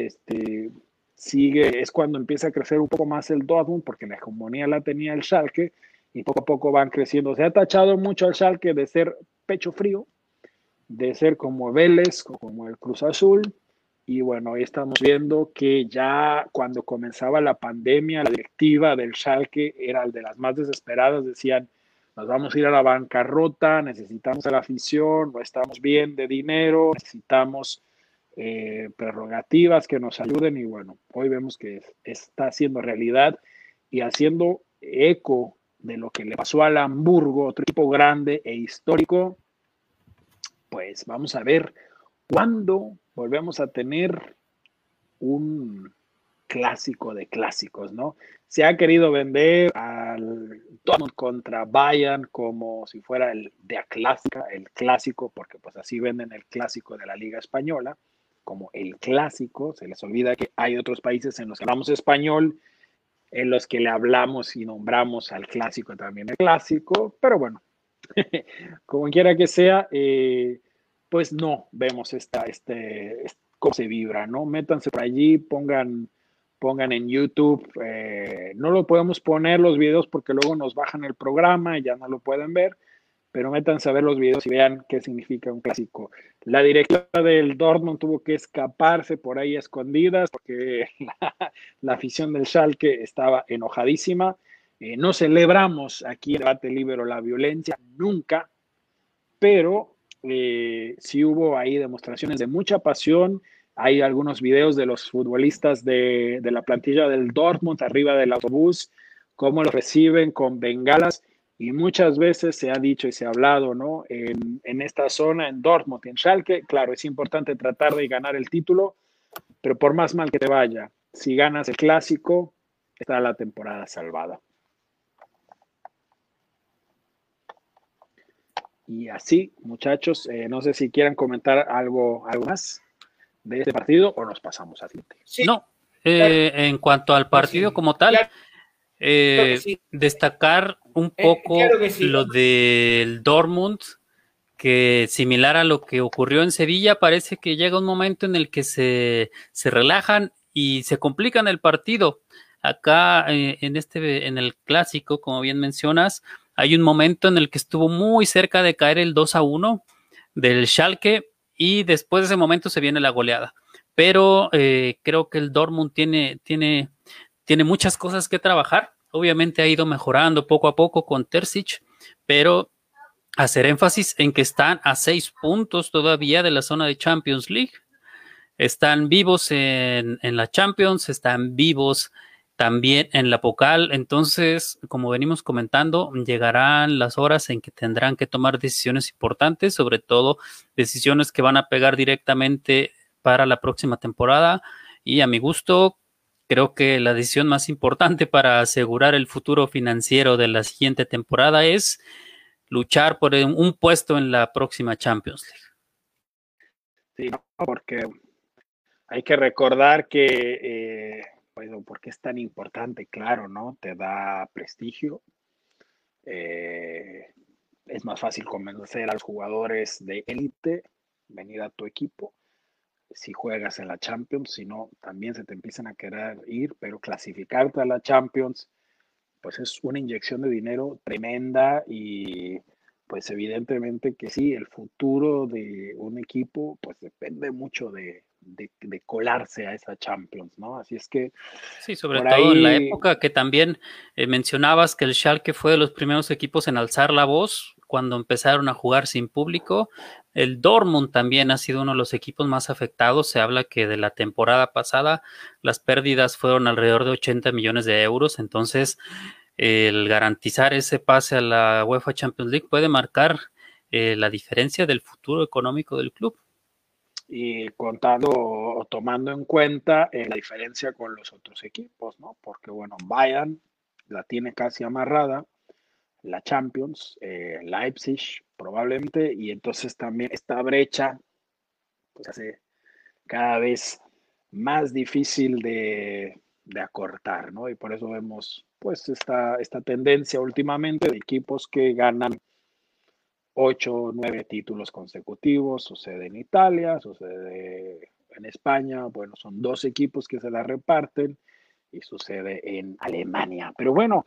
es cuando empieza a crecer un poco más el Dortmund, porque la hegemonía la tenía el Schalke, y poco a poco van creciendo. Se ha tachado mucho al Schalke de ser pecho frío, de ser como Vélez, como el Cruz Azul, y bueno, hoy estamos viendo que ya cuando comenzaba la pandemia, la directiva del Schalke era de las más desesperadas, decían, nos vamos a ir a la bancarrota, necesitamos a la afición, no estamos bien de dinero, necesitamos prerrogativas que nos ayuden y bueno, hoy vemos que está haciendo realidad y haciendo eco de lo que le pasó al Hamburgo, otro equipo grande e histórico. Pues vamos a ver cuándo volvemos a tener un clásico de clásicos, ¿no? Se ha querido vender al Dortmund contra Bayern como si fuera el clásico, porque pues así venden el clásico de la Liga Española, como el clásico. Se les olvida que hay otros países en los que hablamos español, en los que le hablamos y nombramos al clásico también el clásico, pero bueno, como quiera que sea, pues no vemos cómo se vibra, ¿no? Métanse por allí, pongan en YouTube, no lo podemos poner los videos porque luego nos bajan el programa y ya no lo pueden ver, pero métanse a ver los videos y vean qué significa un clásico. La directora del Dortmund tuvo que escaparse por ahí a escondidas porque la afición del Schalke estaba enojadísima. No celebramos aquí en Debate Libre la violencia, nunca, pero sí hubo ahí demostraciones de mucha pasión. Hay algunos videos de los futbolistas de la plantilla del Dortmund arriba del autobús, cómo los reciben con bengalas. Y muchas veces se ha dicho y se ha hablado, ¿no? En esta zona, en Dortmund, en Schalke, claro, es importante tratar de ganar el título, pero por más mal que te vaya, si ganas el clásico, está la temporada salvada. Y así, muchachos, no sé si quieran comentar algo más de este partido o nos pasamos al siguiente. Sí, no, en cuanto al partido como tal, destacar un poco lo del Dortmund, que similar a lo que ocurrió en Sevilla, parece que llega un momento en el que se relajan y se complican el partido. Acá en el clásico, como bien mencionas, hay un momento en el que estuvo muy cerca de caer el 2-1 del Schalke y después de ese momento se viene la goleada. Pero creo que el Dortmund tiene muchas cosas que trabajar. Obviamente ha ido mejorando poco a poco con Terzic, pero hacer énfasis en que están a 6 puntos todavía de la zona de Champions League. Están vivos en la Champions, están vivos también en la Pokal. Entonces, como venimos comentando, llegarán las horas en que tendrán que tomar decisiones importantes, sobre todo decisiones que van a pegar directamente para la próxima temporada. Y a mi gusto, creo que la decisión más importante para asegurar el futuro financiero de la siguiente temporada es luchar por un puesto en la próxima Champions League. Sí, porque hay que recordar que, bueno, porque es tan importante, claro, ¿no? Te da prestigio. Es más fácil convencer a los jugadores de élite, venir a tu equipo. Si juegas en la Champions, si no, también se te empiezan a querer ir, pero clasificarte a la Champions, pues es una inyección de dinero tremenda y pues evidentemente que sí, el futuro de un equipo pues depende mucho de colarse a esa Champions, ¿no? Así es que sí, sobre por todo en la ahí... época que también mencionabas que el Schalke fue de los primeros equipos en alzar la voz cuando empezaron a jugar sin público. El Dortmund también ha sido uno de los equipos más afectados. Se habla que de la temporada pasada las pérdidas fueron alrededor de 80 millones de euros. Entonces, el garantizar ese pase a la UEFA Champions League puede marcar la diferencia del futuro económico del club. Y contando o tomando en cuenta la diferencia con los otros equipos, ¿no? Porque, bueno, Bayern la tiene casi amarrada, la Champions, Leipzig probablemente, y entonces también esta brecha pues hace cada vez más difícil de acortar, ¿no? Y por eso vemos pues esta tendencia últimamente de equipos que ganan 8 o 9 títulos consecutivos, sucede en Italia, sucede en España, bueno, son 2 equipos que se la reparten y sucede en Alemania. Pero bueno,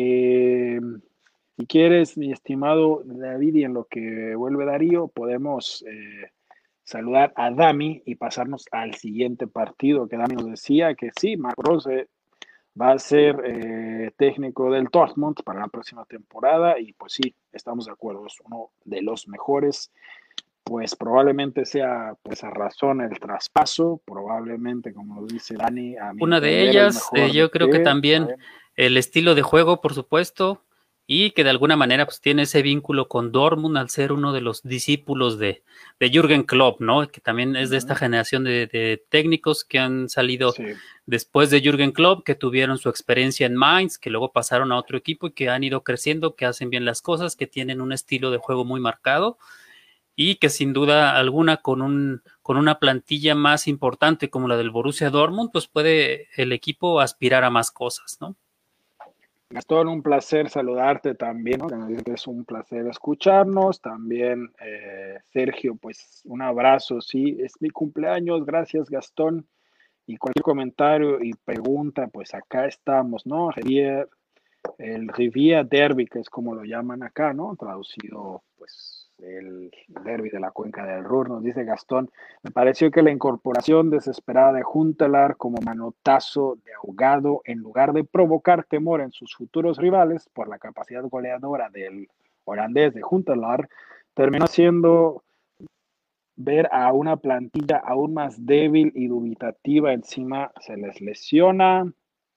si quieres, mi estimado David, y en lo que vuelve Darío, podemos saludar a Dami y pasarnos al siguiente partido, que Dami nos decía que sí, Marco Rose va a ser técnico del Dortmund para la próxima temporada y pues sí, estamos de acuerdo, es uno de los mejores, pues probablemente sea por esa razón el traspaso, probablemente como lo dice Dani, a mi Una de entender el ellas, mejor yo creo que de también el estilo de juego, por supuesto, y que de alguna manera pues tiene ese vínculo con Dortmund al ser uno de los discípulos de Jürgen Klopp, ¿no? Que también es de esta generación de técnicos que han salido sí. después de Jürgen Klopp, que tuvieron su experiencia en Mainz, que luego pasaron a otro equipo y que han ido creciendo, que hacen bien las cosas, que tienen un estilo de juego muy marcado y que sin duda alguna con una plantilla más importante como la del Borussia Dortmund, pues puede el equipo aspirar a más cosas, ¿no? Gastón, un placer saludarte también, ¿no? Es un placer escucharnos. También, Sergio, pues un abrazo, sí, es mi cumpleaños, gracias Gastón. Y cualquier comentario y pregunta, pues acá estamos, ¿no? El Riviera Derby, que es como lo llaman acá, ¿no? Traducido, pues, el derby de la cuenca del Ruhr, nos dice Gastón. Me pareció que la incorporación desesperada de Huntelaar como manotazo de ahogado, en lugar de provocar temor en sus futuros rivales por la capacidad goleadora del holandés de Huntelaar, terminó siendo ver a una plantilla aún más débil y dubitativa. Encima se les lesiona.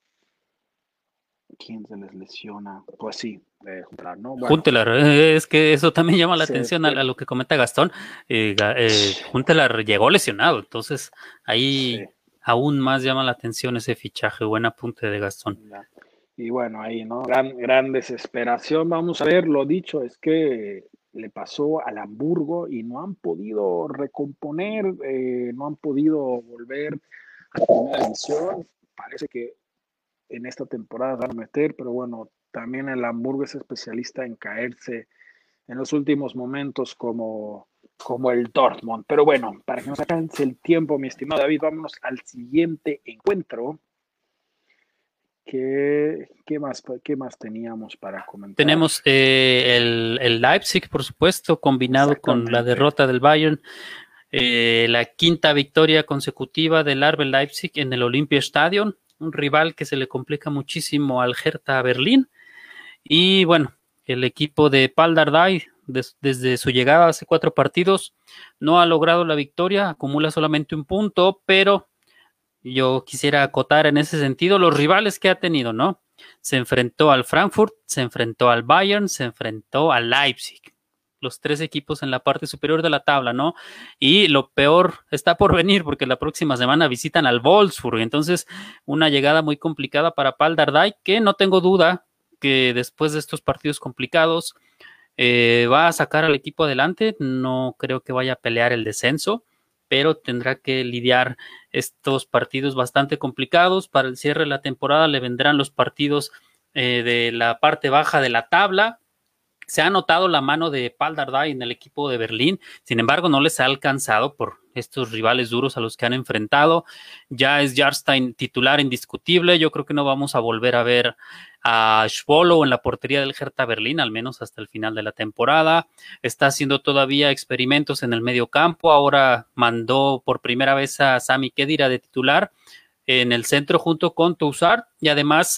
¿Quién se les lesiona? Pues sí, Huntelaar, ¿no? Bueno, Huntelaar, es que eso también llama la se atención a lo que comenta Gastón. Huntelaar llegó lesionado, entonces ahí sí, aún más llama la atención ese fichaje. Buen apunte de Gastón. ya. Y bueno, ahí, ¿no? Gran desesperación. Vamos a ver, lo dicho es que le pasó al Hamburgo y no han podido recomponer, no han podido volver a la primera división. Parece que en esta temporada van a meter, pero bueno, también el Hamburgo es especialista en caerse en los últimos momentos como el Dortmund. Pero bueno, para que nos alcance el tiempo, mi estimado David, vámonos al siguiente encuentro. ¿Qué más teníamos para comentar? Tenemos el Leipzig, por supuesto, combinado con la derrota del Bayern. La quinta victoria consecutiva del RB Leipzig en el Olympiastadion, un rival que se le complica muchísimo al Hertha Berlín. Y bueno, el equipo de Paul Dardai, desde su llegada hace 4 partidos, no ha logrado la victoria, acumula solamente un punto, pero yo quisiera acotar en ese sentido los rivales que ha tenido, ¿no? Se enfrentó al Frankfurt, se enfrentó al Bayern, se enfrentó al Leipzig. Los 3 equipos en la parte superior de la tabla, ¿no? Y lo peor está por venir porque la próxima semana visitan al Wolfsburg. Entonces, una llegada muy complicada para Paul Dardai, que no tengo duda que después de estos partidos complicados va a sacar al equipo adelante. No creo que vaya a pelear el descenso, pero tendrá que lidiar estos partidos bastante complicados. Para el cierre de la temporada le vendrán los partidos de la parte baja de la tabla. Se ha notado la mano de Paul Dardai en el equipo de Berlín, sin embargo no les ha alcanzado por estos rivales duros a los que han enfrentado. Ya es Jarstein titular indiscutible. Yo creo que no vamos a volver a ver a Schwolo en la portería del Hertha Berlín, al menos hasta el final de la temporada. Está haciendo todavía experimentos en el medio campo. Ahora mandó por primera vez a Sami Khedira de titular en el centro junto con Toussaint, y además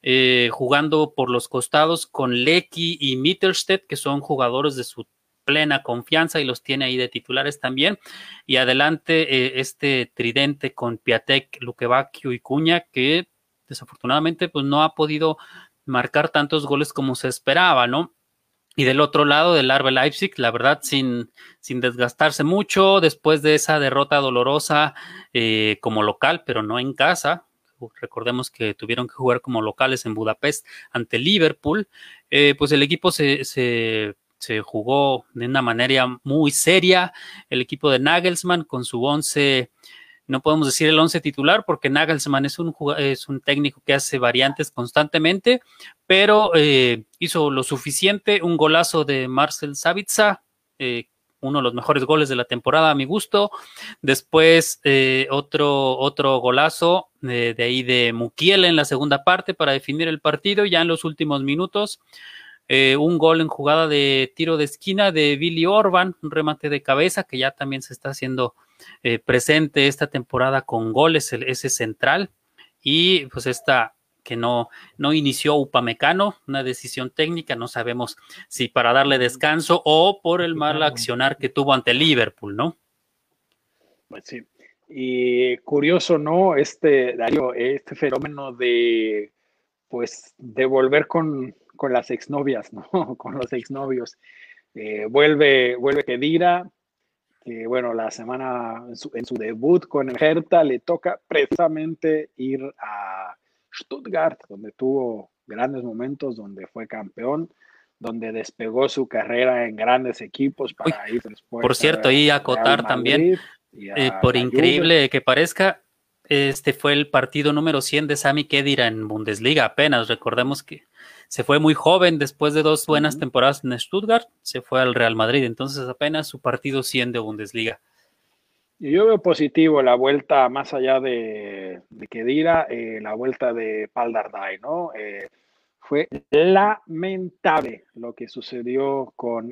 jugando por los costados con Lecky y Mittelstedt, que son jugadores de su plena confianza y los tiene ahí de titulares también. Y adelante este tridente con Piatek, Lukebakio y Cunha, que desafortunadamente pues no ha podido marcar tantos goles como se esperaba, ¿no? Y del otro lado, del RB Leipzig, la verdad, sin desgastarse mucho, después de esa derrota dolorosa como local, pero no en casa. Recordemos que tuvieron que jugar como locales en Budapest ante Liverpool. Pues el equipo se jugó de una manera muy seria. El equipo de Nagelsmann con su 11, no podemos decir el 11 titular porque Nagelsmann es un técnico que hace variantes constantemente, pero hizo lo suficiente. Un golazo de Marcel Sabitzer, uno de los mejores goles de la temporada a mi gusto. Después otro golazo de ahí de Mukiele en la segunda parte para definir el partido ya en los últimos minutos. Un gol en jugada de tiro de esquina de Billy Orban, un remate de cabeza que ya también se está haciendo presente esta temporada con goles, ese central. Y pues esta que no inició Upamecano, una decisión técnica, no sabemos si para darle descanso o por el mal accionar que tuvo ante Liverpool, ¿no? Pues sí. Y curioso, ¿no? Darío, este fenómeno de, pues, de volver con las exnovias, ¿no? Con los exnovios. Vuelve Khedira, que bueno, la semana en su debut con el Hertha le toca precisamente ir a Stuttgart, donde tuvo grandes momentos, donde fue campeón, donde despegó su carrera en grandes equipos para ir después. Por cierto, y acotar también, por increíble Juve que parezca, este fue el partido número 100 de Sami Khedira en Bundesliga apenas. Recordemos que se fue muy joven después de 2 buenas temporadas en Stuttgart, se fue al Real Madrid, entonces apenas su partido 100 de Bundesliga. Y yo veo positivo la vuelta, más allá de Khedira, la vuelta de Pal Dardai, ¿no? Fue lamentable lo que sucedió con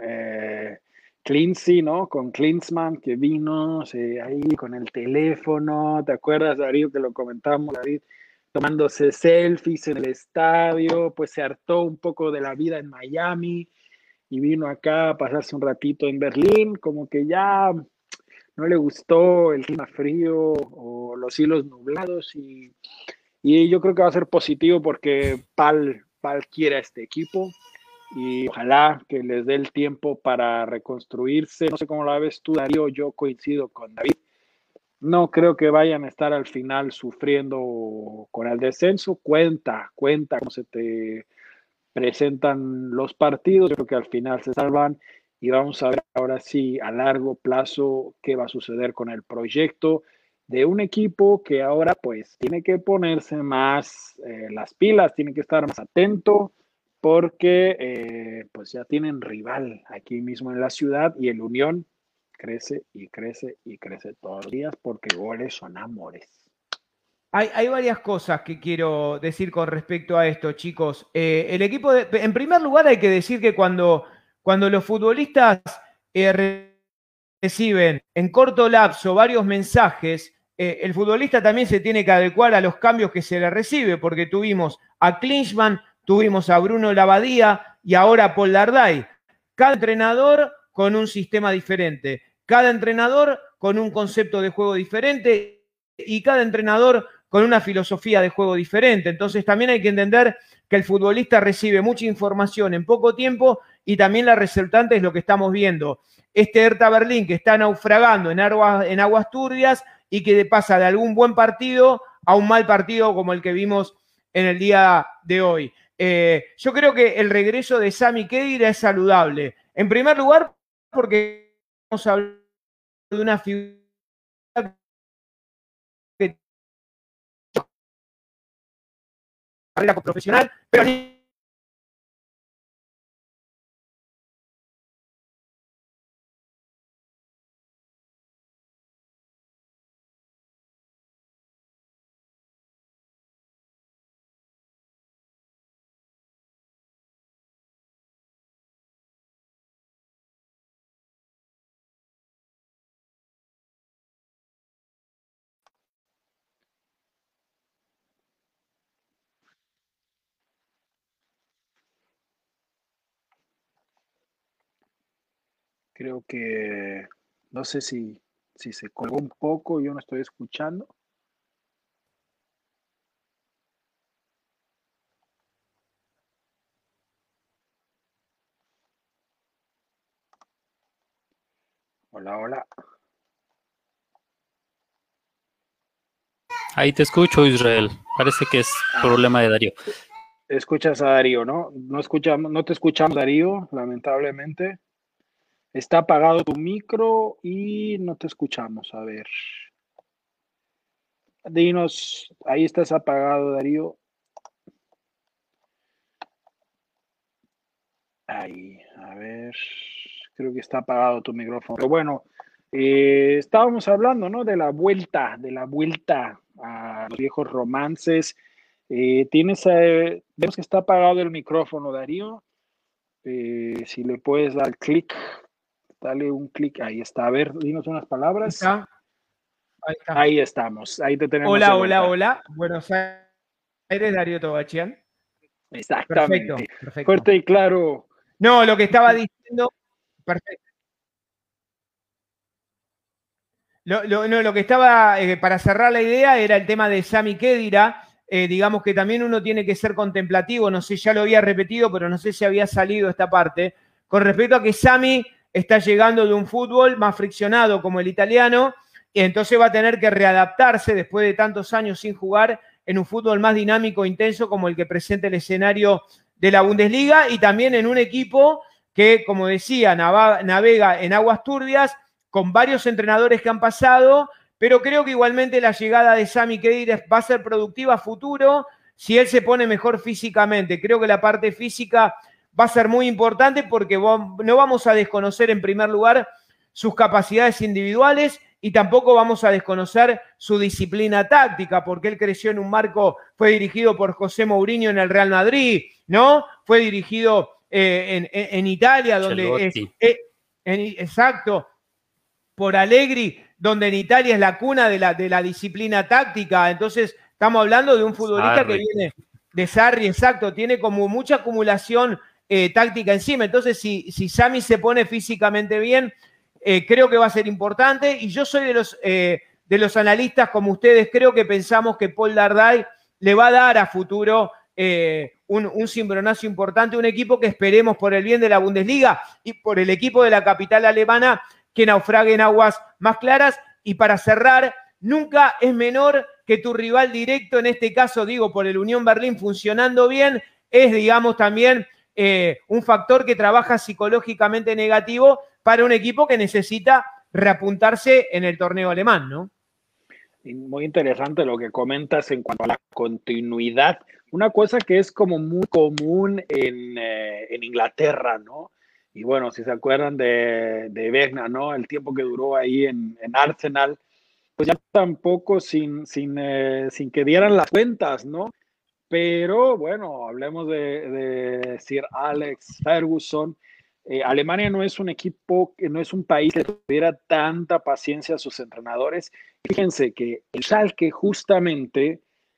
Clincy, ¿no? Con Klinsmann, que vino ahí con el teléfono, ¿te acuerdas, Darío, que lo comentamos, David? Tomándose selfies en el estadio, pues se hartó un poco de la vida en Miami y vino acá a pasarse un ratito en Berlín, como que ya no le gustó el clima frío o los cielos nublados y yo creo que va a ser positivo porque Pal quiere a este equipo y ojalá que les dé el tiempo para reconstruirse. No sé cómo la ves tú, Darío, yo coincido con David. No creo que vayan a estar al final sufriendo con el descenso. Cuenta cómo se te presentan los partidos. Yo creo que al final se salvan y vamos a ver ahora sí a largo plazo qué va a suceder con el proyecto de un equipo que ahora pues tiene que ponerse más las pilas, tiene que estar más atento porque pues ya tienen rival aquí mismo en la ciudad y el Unión crece y crece y crece todos los días porque goles son amores. Hay varias cosas que quiero decir con respecto a esto, chicos. El equipo, en primer lugar, hay que decir que cuando los futbolistas reciben en corto lapso varios mensajes, el futbolista también se tiene que adecuar a los cambios que se le recibe, porque tuvimos a Klinsmann, tuvimos a Bruno Labbadia y ahora a Paul Dardai. Cada entrenador con un sistema diferente, cada entrenador con un concepto de juego diferente y cada entrenador con una filosofía de juego diferente. Entonces también hay que entender que el futbolista recibe mucha información en poco tiempo y también la resultante es lo que estamos viendo. Este Hertha Berlín que está naufragando en aguas turbias y que pasa de algún buen partido a un mal partido como el que vimos en el día de hoy. Yo creo que el regreso de Sami Khedira es saludable. En primer lugar, porque estamos hablando de una figura que carrera profesional, pero Creo que, no sé si se colgó un poco, yo no estoy escuchando. Hola, hola. Ahí te escucho, Israel. Parece que es problema de Darío. Escuchas a Darío, ¿no? No te escuchamos, Darío, lamentablemente. Está apagado tu micro y no te escuchamos. A ver. Dinos, ahí estás apagado, Darío. Ahí, a ver. Creo que está apagado tu micrófono. Pero bueno, estábamos hablando, ¿no? De la vuelta a los viejos romances. Vemos que está apagado el micrófono, Darío. Si le puedes dar clic, dale un clic. Ahí está. A ver, dinos unas palabras. Ahí está. Ahí estamos. Ahí te tenemos. Hola, hola, hola. Buenos Aires, Darío Tobachian. Exactamente. Perfecto, perfecto. Fuerte y claro. No, lo que estaba diciendo. Perfecto. Lo que estaba, para cerrar la idea, era el tema de Sami Khedira. Digamos que también uno tiene que ser contemplativo, no sé, ya lo había repetido, pero no sé si había salido esta parte, con respecto a que Sami está llegando de un fútbol más friccionado como el italiano, y entonces va a tener que readaptarse después de tantos años sin jugar en un fútbol más dinámico, intenso, como el que presenta el escenario de la Bundesliga, y también en un equipo que, como decía, navega en aguas turbias, con varios entrenadores que han pasado, pero creo que igualmente la llegada de Sami Khedira va a ser productiva a futuro si él se pone mejor físicamente. Creo que la parte física va a ser muy importante porque no vamos a desconocer en primer lugar sus capacidades individuales y tampoco vamos a desconocer su disciplina táctica, porque él creció en un marco, fue dirigido por José Mourinho en el Real Madrid, ¿no? Fue dirigido en Italia, donde exacto, por Allegri, donde en Italia es la cuna de la disciplina táctica. Entonces, estamos hablando de un futbolista que viene de Sarri, exacto, tiene como mucha acumulación táctica encima. Entonces, si Sami se pone físicamente bien, creo que va a ser importante. Y yo soy de los analistas, como ustedes, creo que pensamos que Paul Dardai le va a dar a futuro un cimbronazo importante, un equipo que esperemos por el bien de la Bundesliga y por el equipo de la capital alemana que naufrague en aguas más claras. Y para cerrar, nunca es menor que tu rival directo, en este caso digo por el Unión Berlín funcionando bien, es digamos también un factor que trabaja psicológicamente negativo para un equipo que necesita reapuntarse en el torneo alemán, ¿no? Muy interesante lo que comentas en cuanto a la continuidad. Una cosa que es como muy común en Inglaterra, ¿no? Y bueno, si se acuerdan de Wegner, ¿no? El tiempo que duró ahí en Arsenal, pues ya tampoco sin que dieran las cuentas, ¿no? Pero bueno, hablemos de Sir Alex Ferguson. Alemania no es un equipo, no es un país que tuviera tanta paciencia a sus entrenadores. Fíjense que el Schalke justamente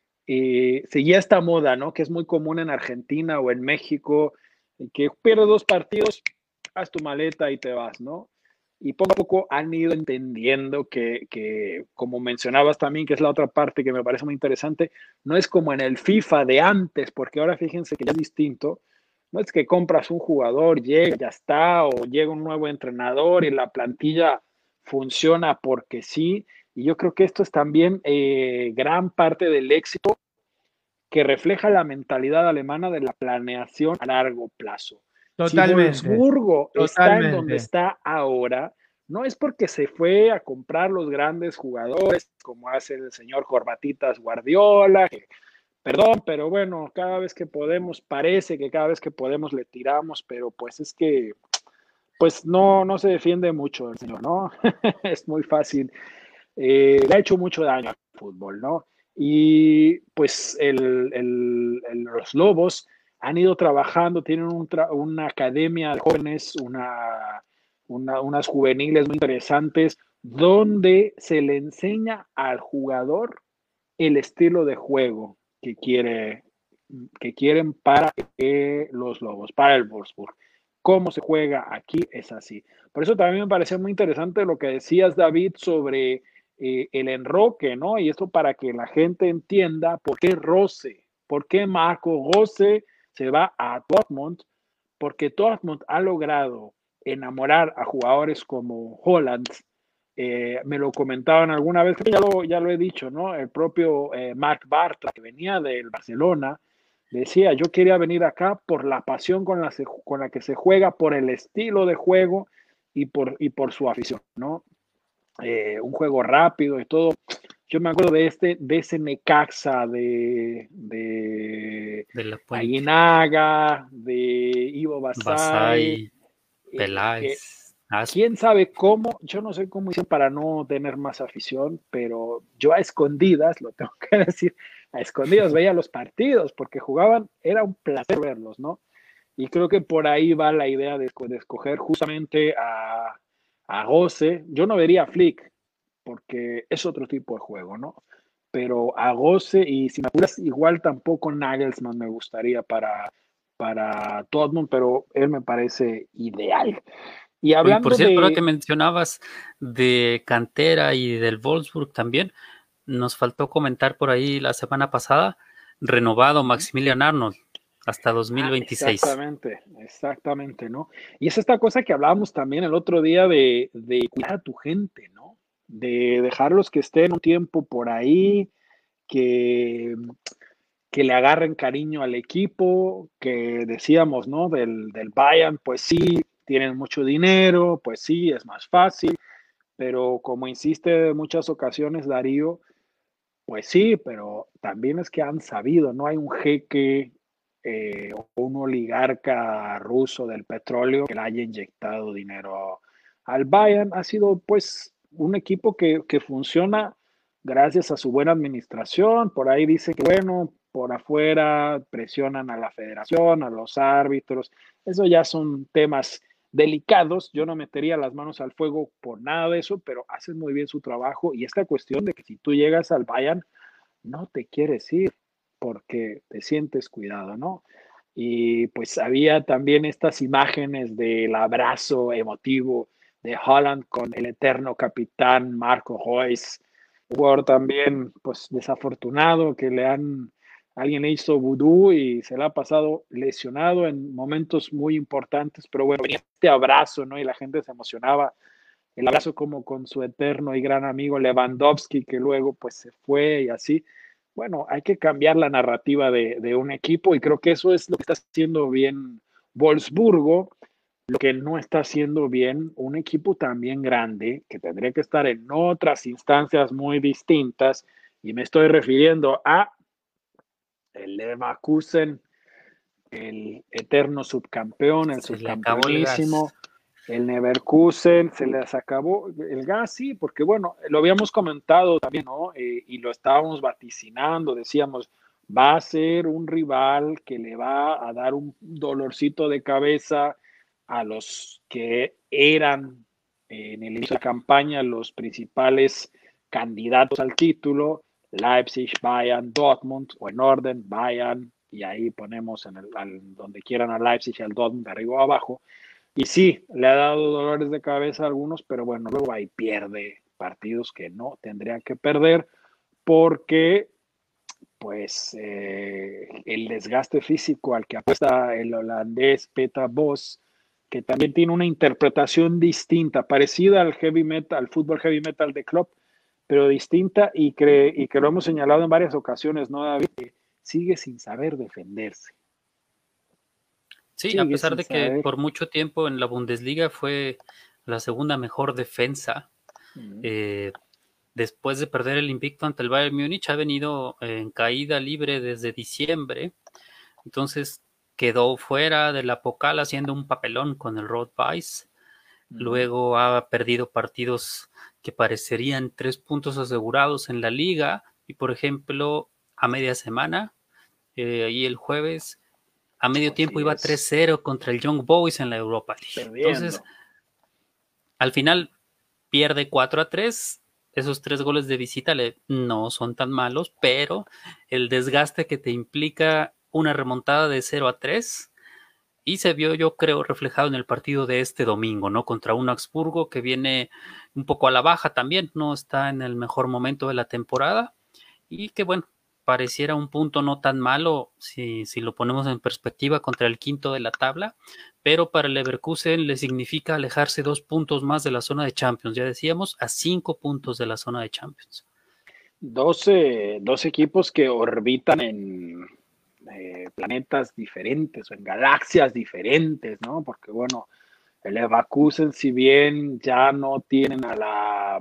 seguía esta moda, ¿no? Que es muy común en Argentina o en México, que pierdes 2 partidos, haz tu maleta y te vas, ¿no? Y poco a poco han ido entendiendo que, como mencionabas también, que es la otra parte que me parece muy interesante, no es como en el FIFA de antes, porque ahora fíjense que ya es distinto. No es que compras un jugador, llega, ya está, o llega un nuevo entrenador y la plantilla funciona porque sí. Y yo creo que esto es también gran parte del éxito que refleja la mentalidad alemana de la planeación a largo plazo. Totalmente. Si Wolfsburgo está en donde está ahora, no es porque se fue a comprar los grandes jugadores, como hace el señor Corbatitas Guardiola, que, perdón, pero bueno, cada vez que podemos, parece que cada vez que podemos le tiramos, pero pues es que pues no se defiende mucho el señor, ¿no? Es muy fácil. Le ha hecho mucho daño al fútbol, ¿no? Y pues los Lobos han ido trabajando, tienen una academia de jóvenes, unas juveniles muy interesantes, donde se le enseña al jugador el estilo de juego que quieren para los Lobos, para el Wolfsburg. cómo se juega aquí es así. Por eso también me pareció muy interesante lo que decías, David, sobre el enroque, ¿no? Y esto para que la gente entienda por qué Rose, por qué Marco Rose se va a Dortmund, porque Dortmund ha logrado enamorar a jugadores como Holland. Me lo comentaban alguna vez, ya lo he dicho, ¿no? El propio Marc Bartra, que venía del Barcelona, decía, yo quería venir acá por la pasión con la que se juega, por el estilo de juego y por su afición, ¿no? Un juego rápido y todo. Yo me acuerdo de ese Necaxa, de La Puente, Aguinaga, de Ivo Basay, Peláez, quién sabe cómo, yo no sé cómo hice para no tener más afición, pero yo a escondidas, lo tengo que decir, a escondidas veía los partidos porque jugaban, era un placer verlos, ¿no? Y creo que por ahí va la idea de escoger justamente a Gose. Yo no vería a Flick porque es otro tipo de juego, ¿no? Pero a Gose, y si me apuras, igual tampoco Nagelsmann me gustaría para Dortmund, pero él me parece ideal. Y Oye, por hablando cierto, ahora que de... mencionabas de cantera y del Wolfsburg también, nos faltó comentar por ahí la semana pasada, renovado Maximilian Arnold hasta 2026. Exactamente, ¿no? Y es esta cosa que hablábamos también el otro día de cuidar a tu gente, ¿no? De dejarlos que estén un tiempo por ahí, que, que le agarren cariño al equipo, que decíamos, ¿no? Del Bayern, pues sí, tienen mucho dinero, pues sí, es más fácil, pero como insiste en muchas ocasiones Darío, pues sí, pero también es que han sabido, no hay un jeque o un oligarca ruso del petróleo que le haya inyectado dinero al Bayern. Ha sido pues un equipo que funciona gracias a su buena administración. Por ahí dice que bueno, por afuera presionan a la federación, a los árbitros. Eso ya son temas delicados. Yo no metería las manos al fuego por nada de eso, pero hacen muy bien su trabajo. Y esta cuestión de que si tú llegas al Bayern, no te quieres ir porque te sientes cuidado, ¿no? Y pues había también estas imágenes del abrazo emotivo de Holland con el eterno capitán Marco Reus, un jugador también pues desafortunado que alguien le hizo vudú y se le ha pasado lesionado en momentos muy importantes, pero bueno, venía este abrazo, ¿no? Y la gente se emocionaba, el abrazo como con su eterno y gran amigo Lewandowski, que luego pues se fue y así. Bueno, hay que cambiar la narrativa de un equipo y creo que eso es lo que está haciendo bien Wolfsburgo, lo que no está haciendo bien un equipo también grande, que tendría que estar en otras instancias muy distintas, y me estoy refiriendo a el Leverkusen, el eterno subcampeón, el Se le acabó el gas. subcampeonísimo, el Leverkusen, se les acabó el gas, sí, porque bueno, lo habíamos comentado también, ¿no? Y lo estábamos vaticinando, decíamos, va a ser un rival que le va a dar un dolorcito de cabeza a los que eran en el inicio de campaña los principales candidatos al título, Leipzig, Bayern, Dortmund, o en orden, Bayern, y ahí ponemos donde quieran a Leipzig y al Dortmund de arriba o abajo. Y sí, le ha dado dolores de cabeza a algunos, pero bueno, luego ahí pierde partidos que no tendrían que perder porque pues el desgaste físico al que apuesta el holandés Peter Bos, que también tiene una interpretación distinta, parecida al heavy metal, al fútbol heavy metal de Klopp, pero distinta y que lo hemos señalado en varias ocasiones, ¿no, David? Que sigue sin saber defenderse. Sí, a Sigue pesar sin de que saber. por mucho tiempo en la Bundesliga fue la segunda mejor defensa, después de perder el invicto ante el Bayern Múnich, ha venido en caída libre desde diciembre. Entonces quedó fuera de la Pokal haciendo un papelón con el Rot-Weiss. Luego ha perdido partidos que parecerían 3 puntos asegurados en la liga. Y por ejemplo, a media semana, y el jueves, a medio tiempo iba 3-0 contra el Young Boys en la Europa League. Perdiendo. Entonces, al final pierde 4-3. Esos 3 goles de visita no son tan malos, pero el desgaste que te implica una remontada de 0-3 y se vio, yo creo, reflejado en el partido de este domingo, ¿no? Contra un Augsburgo que viene un poco a la baja también, no está en el mejor momento de la temporada y que bueno, pareciera un punto no tan malo si lo ponemos en perspectiva contra el quinto de la tabla, pero para el Leverkusen le significa alejarse 2 puntos más de la zona de Champions, ya decíamos, a 5 puntos de la zona de Champions. 12 equipos que orbitan en planetas diferentes o en galaxias diferentes, ¿no? Porque bueno, el Leverkusen, si bien ya no tienen a la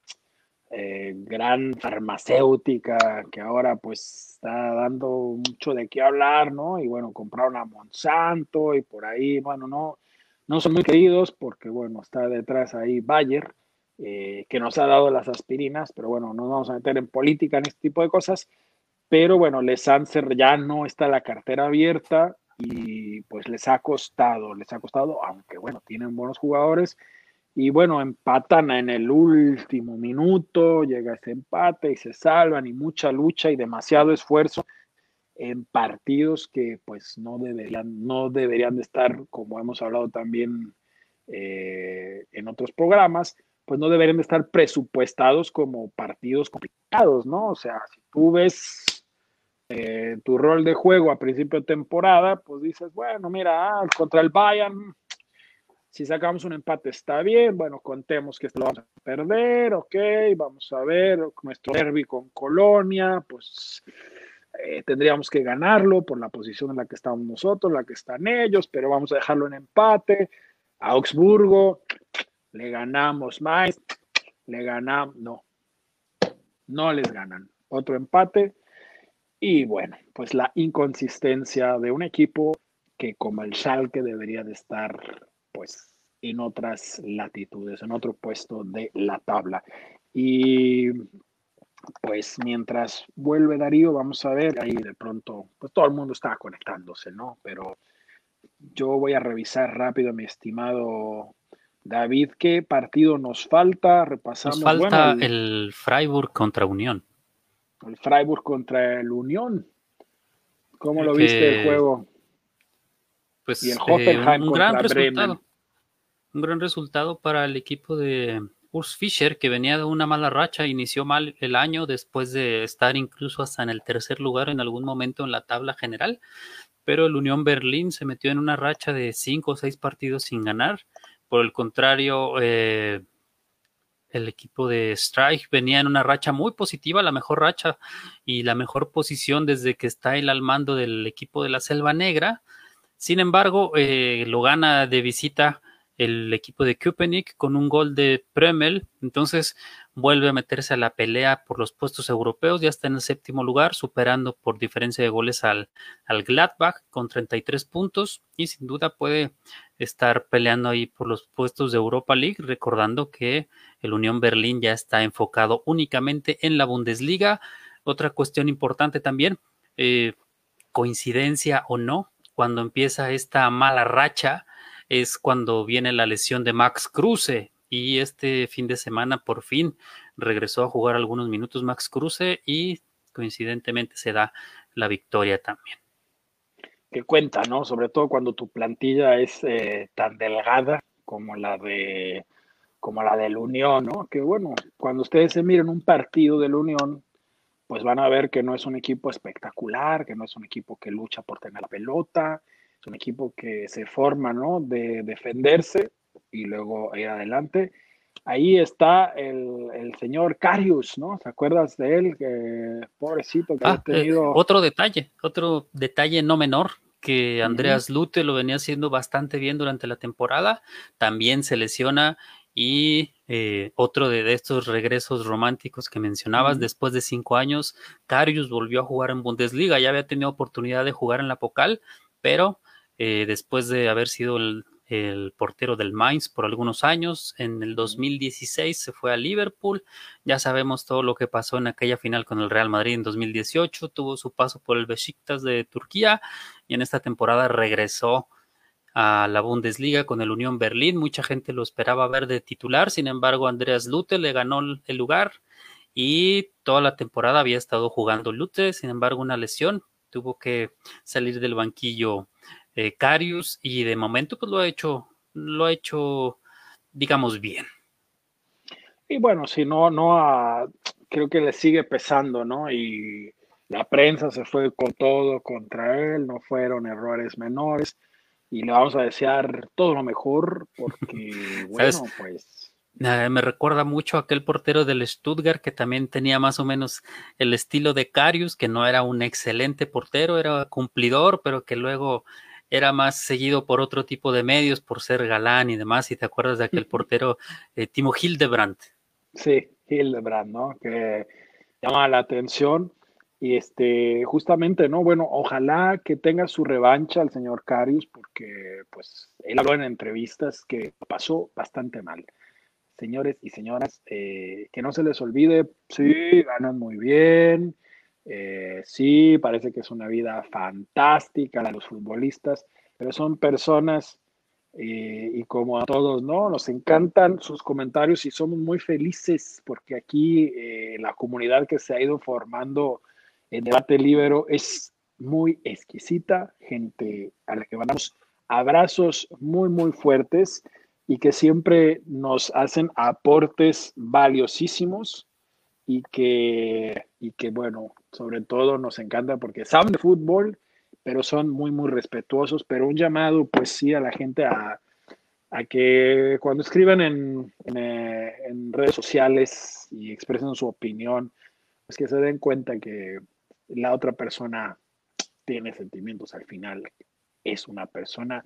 gran farmacéutica que ahora pues está dando mucho de qué hablar, ¿no? Y bueno, compraron a Monsanto y por ahí, bueno, no son muy queridos porque bueno, está detrás ahí Bayer, que nos ha dado las aspirinas, pero bueno, no nos vamos a meter en política en este tipo de cosas, pero bueno, ya no está la cartera abierta y pues les ha costado, aunque bueno, tienen buenos jugadores. Y bueno, empatan en el último minuto, llega ese empate y se salvan y mucha lucha y demasiado esfuerzo en partidos que pues no deberían de estar, como hemos hablado también en otros programas, pues no deberían de estar presupuestados como partidos complicados, ¿no? O sea, si tú ves tu rol de juego a principio de temporada, pues dices, bueno, mira, contra el Bayern si sacamos un empate está bien, bueno, contemos que esto lo vamos a perder, ok, vamos a ver nuestro derbi con Colonia, pues tendríamos que ganarlo por la posición en la que estamos nosotros, la que están ellos, pero vamos a dejarlo en empate. A Augsburgo le ganamos más, no les ganan. Otro empate y bueno, pues la inconsistencia de un equipo que como el Schalke debería de estar pues en otras latitudes, en otro puesto de la tabla. Y pues mientras vuelve Darío, vamos a ver, ahí de pronto, pues todo el mundo está conectándose, ¿no? Pero yo voy a revisar rápido, mi estimado David, ¿qué partido nos falta? Repasamos. Nos falta bueno, el Freiburg contra Unión. El Freiburg contra el Unión. ¿Cómo lo Que, viste el juego? Pues y el Hoffenheim un gran contra resultado. Bremen. Un gran resultado para el equipo de Urs Fischer, que venía de una mala racha, inició mal el año después de estar incluso hasta en el tercer lugar en algún momento en la tabla general, pero el Unión Berlín se metió en una racha de 5 o 6 partidos sin ganar. Por el contrario, el equipo de Streich venía en una racha muy positiva, la mejor racha y la mejor posición desde que está él al mando del equipo de la Selva Negra. Sin embargo, lo gana de visita el equipo de Köpenick con un gol de Prömel, entonces vuelve a meterse a la pelea por los puestos europeos, ya está en el séptimo lugar, superando por diferencia de goles al Gladbach con 33 puntos y sin duda puede estar peleando ahí por los puestos de Europa League, recordando que el Unión Berlín ya está enfocado únicamente en la Bundesliga. Otra cuestión importante también, coincidencia o no, cuando empieza esta mala racha es cuando viene la lesión de Max Kruse y este fin de semana por fin regresó a jugar algunos minutos Max Kruse y coincidentemente se da la victoria también. Que cuenta, ¿no? Sobre todo cuando tu plantilla es tan delgada como la del Unión, ¿no? Que bueno, cuando ustedes se miren un partido del Unión, pues van a ver que no es un equipo espectacular, que no es un equipo que lucha por tener la pelota, es un equipo que se forma, ¿no? De defenderse y luego ir adelante. Ahí está el señor Karius, ¿no? ¿Te acuerdas de él? Pobrecito que ha tenido... Otro detalle no menor, que Andreas Lute lo venía haciendo bastante bien durante la temporada, también se lesiona y otro de estos regresos románticos que mencionabas, después de 5 años, Karius volvió a jugar en Bundesliga, ya había tenido oportunidad de jugar en la Pokal, pero después de haber sido el portero del Mainz por algunos años, en el 2016 se fue a Liverpool, ya sabemos todo lo que pasó en aquella final con el Real Madrid en 2018, tuvo su paso por el Beşiktaş de Turquía y en esta temporada regresó a la Bundesliga con el Unión Berlín. Mucha gente lo esperaba ver de titular, sin embargo Andreas Lute le ganó el lugar y toda la temporada había estado jugando Lute, sin embargo una lesión, tuvo que salir del banquillo Karius, y de momento pues lo ha hecho, digamos, bien. Y bueno, si no, creo que le sigue pesando, ¿no? Y la prensa se fue con todo contra él, no fueron errores menores, y le vamos a desear todo lo mejor, porque, ¿Sabes? bueno, pues... Me recuerda mucho a aquel portero del Stuttgart que también tenía más o menos el estilo de Karius, que no era un excelente portero, era cumplidor, pero que luego era más seguido por otro tipo de medios, por ser galán y demás. ¿Y te acuerdas de aquel portero Timo Hildebrandt? Sí, Hildebrand, ¿no? Que llama la atención. Y justamente, ¿no? Bueno, ojalá que tenga su revancha el señor Karius, porque pues él habló en entrevistas que pasó bastante mal. Señores y señoras, que no se les olvide, sí, ganan muy bien, sí, parece que es una vida fantástica la de los futbolistas, pero son personas y como a todos, ¿no? Nos encantan sus comentarios y somos muy felices porque aquí la comunidad que se ha ido formando en Debate Libero es muy exquisita, gente a la que mandamos abrazos muy, muy fuertes y que siempre nos hacen aportes valiosísimos y que, bueno, sobre todo nos encanta porque saben de fútbol, pero son muy, muy respetuosos. Pero un llamado, pues sí, a la gente a que cuando escriban en redes sociales y expresen su opinión, pues que se den cuenta que la otra persona tiene sentimientos al final, es una persona.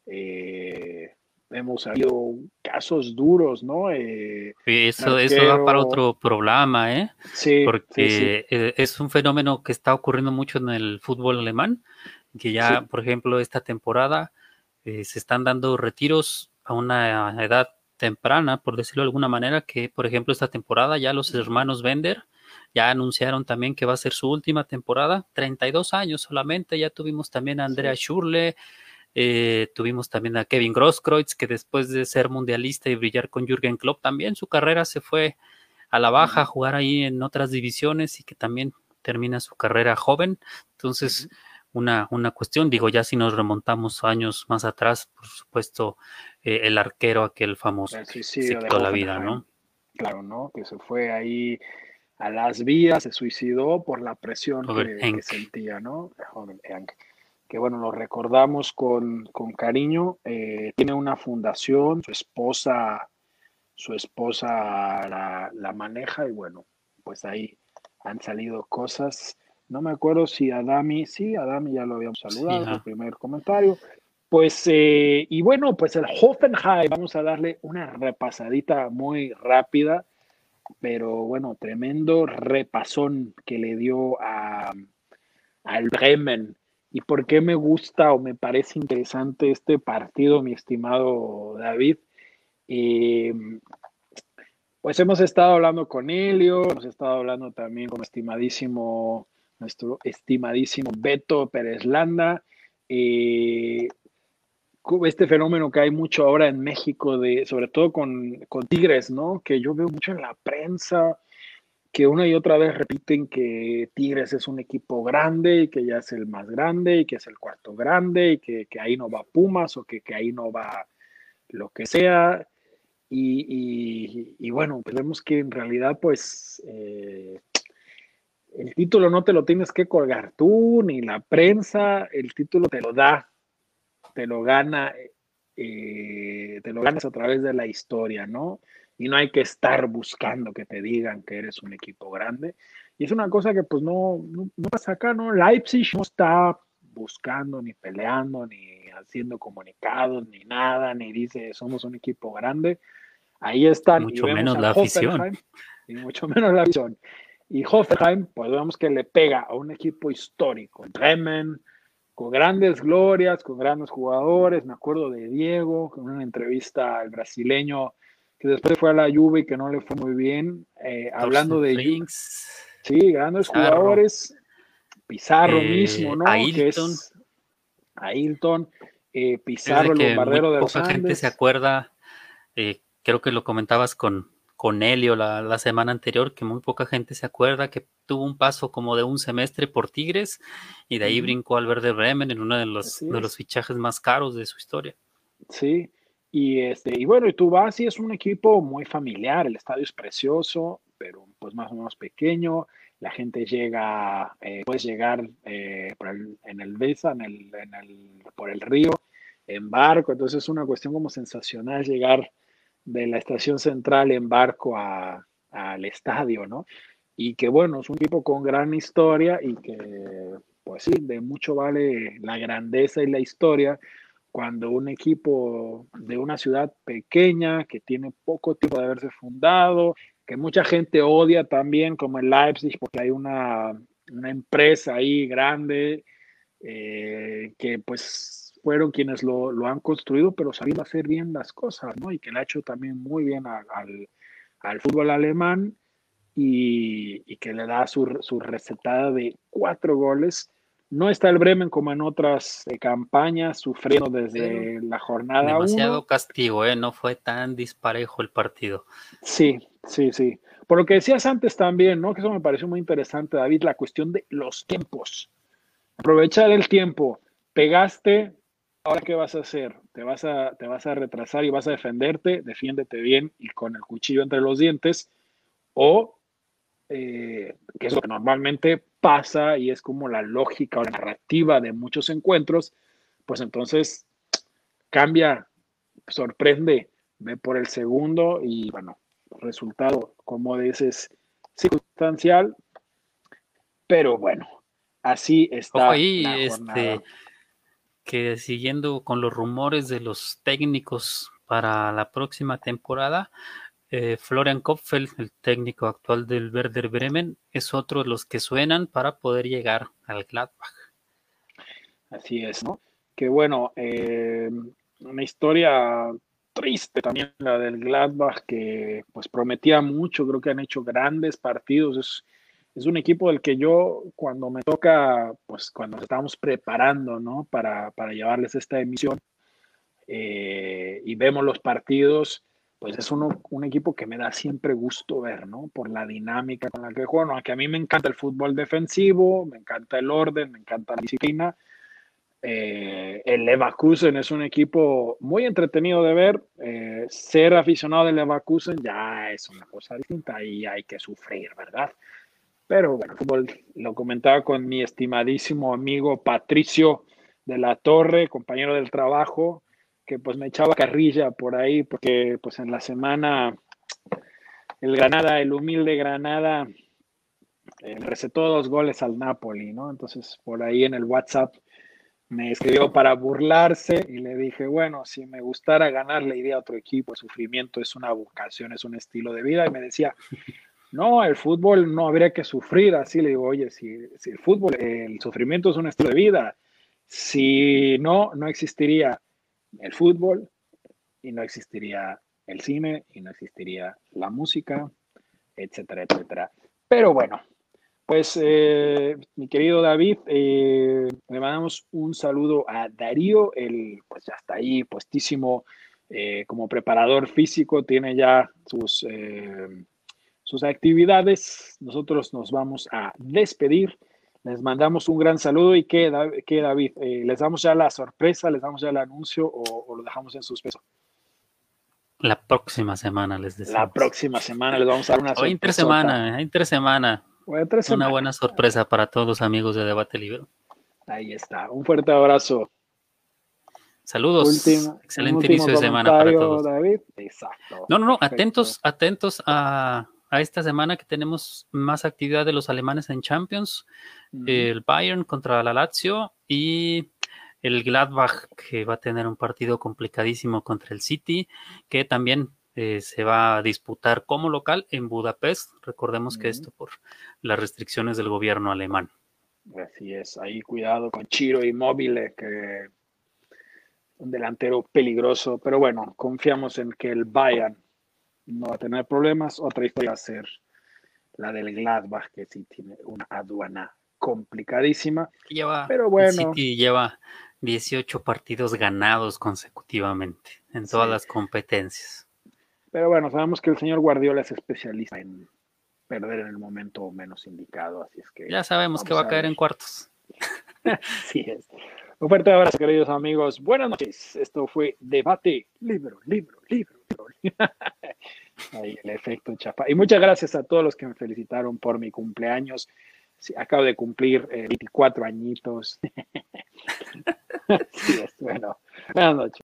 Eh, hemos habido casos duros, ¿no? Un Eso da para arquero, otro programa, ¿eh? sí, sí, sí, Porque es un fenómeno que está ocurriendo mucho en el fútbol alemán, que ya, sí. por ejemplo, esta temporada se están dando retiros a una edad temprana, por decirlo de alguna manera, que, por ejemplo, esta temporada ya los hermanos Bender ya anunciaron también que va a ser su última temporada, 32 años solamente. Ya tuvimos también a Andrea Sí. Schürrle, tuvimos también a Kevin Grosskreutz, que después de ser mundialista y brillar con Jürgen Klopp, también su carrera se fue a la baja, a jugar ahí en otras divisiones, y que también termina su carrera joven. Entonces, una cuestión, digo, ya si nos remontamos años más atrás, por supuesto, el arquero aquel famoso El que se suicidio de quitó la vida, Hoffenheim, ¿no? claro, ¿no? Que se fue ahí a las vías, se suicidó por la presión Robert que Henk. sentía, ¿no? Hank. Que bueno, lo recordamos con cariño. Tiene una fundación, su esposa la maneja y bueno, pues ahí han salido cosas. No me acuerdo si Adami, sí, Adami ya lo habíamos Sí, saludado, su primer comentario. Pues, y bueno, pues el Hoffenheim, vamos a darle una repasadita muy rápida, pero bueno, tremendo repasón que le dio al Bremen. ¿Y por qué me gusta o me parece interesante este partido, mi estimado David? Eh, pues hemos estado hablando con Helio, hemos estado hablando también con nuestro estimadísimo Beto Pérez Landa. Eh, este fenómeno que hay mucho ahora en México, sobre todo con Tigres, ¿no? Que yo veo mucho en la prensa, que una y otra vez repiten que Tigres es un equipo grande y que ya es el más grande y que es el cuarto grande y que ahí no va Pumas o que ahí no va lo que sea. Y bueno, pues vemos que en realidad, pues, el título no te lo tienes que colgar tú, ni la prensa, el título te lo da, te lo gana, te lo ganas a través de la historia, ¿no? Y no hay que estar buscando que te digan que eres un equipo grande. Y es una cosa que pues no pasa acá, ¿no? Leipzig no está buscando, ni peleando, ni haciendo comunicados, ni nada, ni dice somos un equipo grande. Ahí están y mucho vemos menos al la afición. Hoffenheim, y mucho menos la visión. Y Hoffenheim, pues vemos que le pega a un equipo histórico, Bremen, con grandes glorias, con grandes jugadores. Me acuerdo de Diego, con una entrevista al brasileño que después fue a la Juve y que no le fue muy bien, Thorsten hablando de Frings, sí, grandes Pizarro, jugadores, Pizarro mismo, ¿no? Que Ailton. es Ailton, Es de Pizarro, el que muy bombardero de los poca gente se Andes. acuerda, creo que lo comentabas con con Helio la semana anterior, que muy poca gente se acuerda, que tuvo un paso como de un semestre por Tigres y de ahí brincó al Werder Bremen en uno de los fichajes más caros de su historia. Sí, y bueno, y tú vas y es un equipo muy familiar, el estadio es precioso, pero pues más o menos pequeño, la gente llega, puedes llegar en el Besa, por el río, en barco, entonces es una cuestión como sensacional llegar de la estación central en barco al estadio, ¿no? Y que bueno, es un equipo con gran historia y que, pues sí, de mucho vale la grandeza y la historia cuando un equipo de una ciudad pequeña que tiene poco tiempo de haberse fundado, que mucha gente odia también, como el Leipzig, porque hay una empresa ahí grande que pues fueron quienes lo han construido, pero sabiendo hacer bien las cosas, ¿no? Y que le ha hecho también muy bien al fútbol alemán y que le da su recetada de 4 goles. No está el Bremen como en otras campañas, sufriendo desde la jornada 1. Demasiado castigo, no fue tan disparejo el partido. Sí, sí, sí. Por lo que decías antes también, ¿no? Que eso me pareció muy interesante, David, la cuestión de los tiempos. Aprovechar el tiempo. Pegaste, ¿ahora qué vas a hacer? ¿Te vas a retrasar y vas a defenderte? Defiéndete bien y con el cuchillo entre los dientes. O que es lo que normalmente pasa y es como la lógica o la narrativa de muchos encuentros, pues entonces cambia, sorprende, ve por el segundo y bueno, resultado, como dices, circunstancial, pero bueno, así está Ojo ahí, la jornada. que siguiendo con los rumores de los técnicos para la próxima temporada, Florian Kopfeld, el técnico actual del Werder Bremen, es otro de los que suenan para poder llegar al Gladbach. Así es, ¿no? Que bueno, una historia triste también la del Gladbach, que pues prometía mucho, creo que han hecho grandes partidos, es un equipo del que yo cuando me toca, pues cuando nos estábamos preparando, ¿no? Para llevarles esta emisión y vemos los partidos, pues es un equipo que me da siempre gusto ver, ¿no? Por la dinámica con la que juegan, aunque a mí me encanta el fútbol defensivo, me encanta el orden, me encanta la disciplina. El Leverkusen es un equipo muy entretenido de ver. Ser aficionado del Leverkusen ya es una cosa distinta y hay que sufrir, ¿verdad? Pero bueno, el fútbol lo comentaba con mi estimadísimo amigo Patricio de la Torre, compañero del trabajo, que pues me echaba carrilla por ahí porque pues en la semana el Granada, el humilde Granada, recetó 2 goles al Napoli, ¿no? Entonces por ahí en el WhatsApp me escribió para burlarse y le dije, bueno, si me gustara ganar la idea a otro equipo, el sufrimiento es una vocación, es un estilo de vida. Y me decía, no, el fútbol no habría que sufrir. Así le digo, oye, si el fútbol, el sufrimiento es un estilo de vida. Si no, no existiría el fútbol y no existiría el cine y no existiría la música, etcétera, etcétera. Pero bueno, pues, mi querido David, le mandamos un saludo a Darío, pues ya está ahí puestísimo como preparador físico, tiene ya sus actividades. Nosotros nos vamos a despedir. Les mandamos un gran saludo y ¿qué, David? ¿Les damos ya la sorpresa, les damos ya el anuncio o lo dejamos en suspenso? La próxima semana les decimos. La próxima semana les vamos a dar una sorpresa. Entre semana. Una buena sorpresa para todos los amigos de Debate Libre. Ahí está. Un fuerte abrazo. Saludos. Excelente inicio de semana para todos. David. Exacto. No. Atentos a esta semana que tenemos más actividad de los alemanes en Champions. El Bayern contra la Lazio y el Gladbach, que va a tener un partido complicadísimo contra el City, que también se va a disputar como local en Budapest. Recordemos que esto por las restricciones del gobierno alemán. Así es, ahí cuidado con Ciro Immobile, que un delantero peligroso, pero bueno, confiamos en que el Bayern no va a tener problemas. Otra historia va a ser la del Gladbach, que sí tiene una aduana complicadísima. Pero bueno, el City lleva 18 partidos ganados consecutivamente en todas las competencias. Pero bueno, sabemos que el señor Guardiola es especialista en perder en el momento menos indicado, así es que... Ya sabemos que va a caer en cuartos. Así es. Un fuerte abrazo, queridos amigos. Buenas noches. Esto fue Debate Libro. Ahí el efecto chapa. Y muchas gracias a todos los que me felicitaron por mi cumpleaños. Sí, acabo de cumplir 24 añitos. Sí, es bueno. Buenas noches.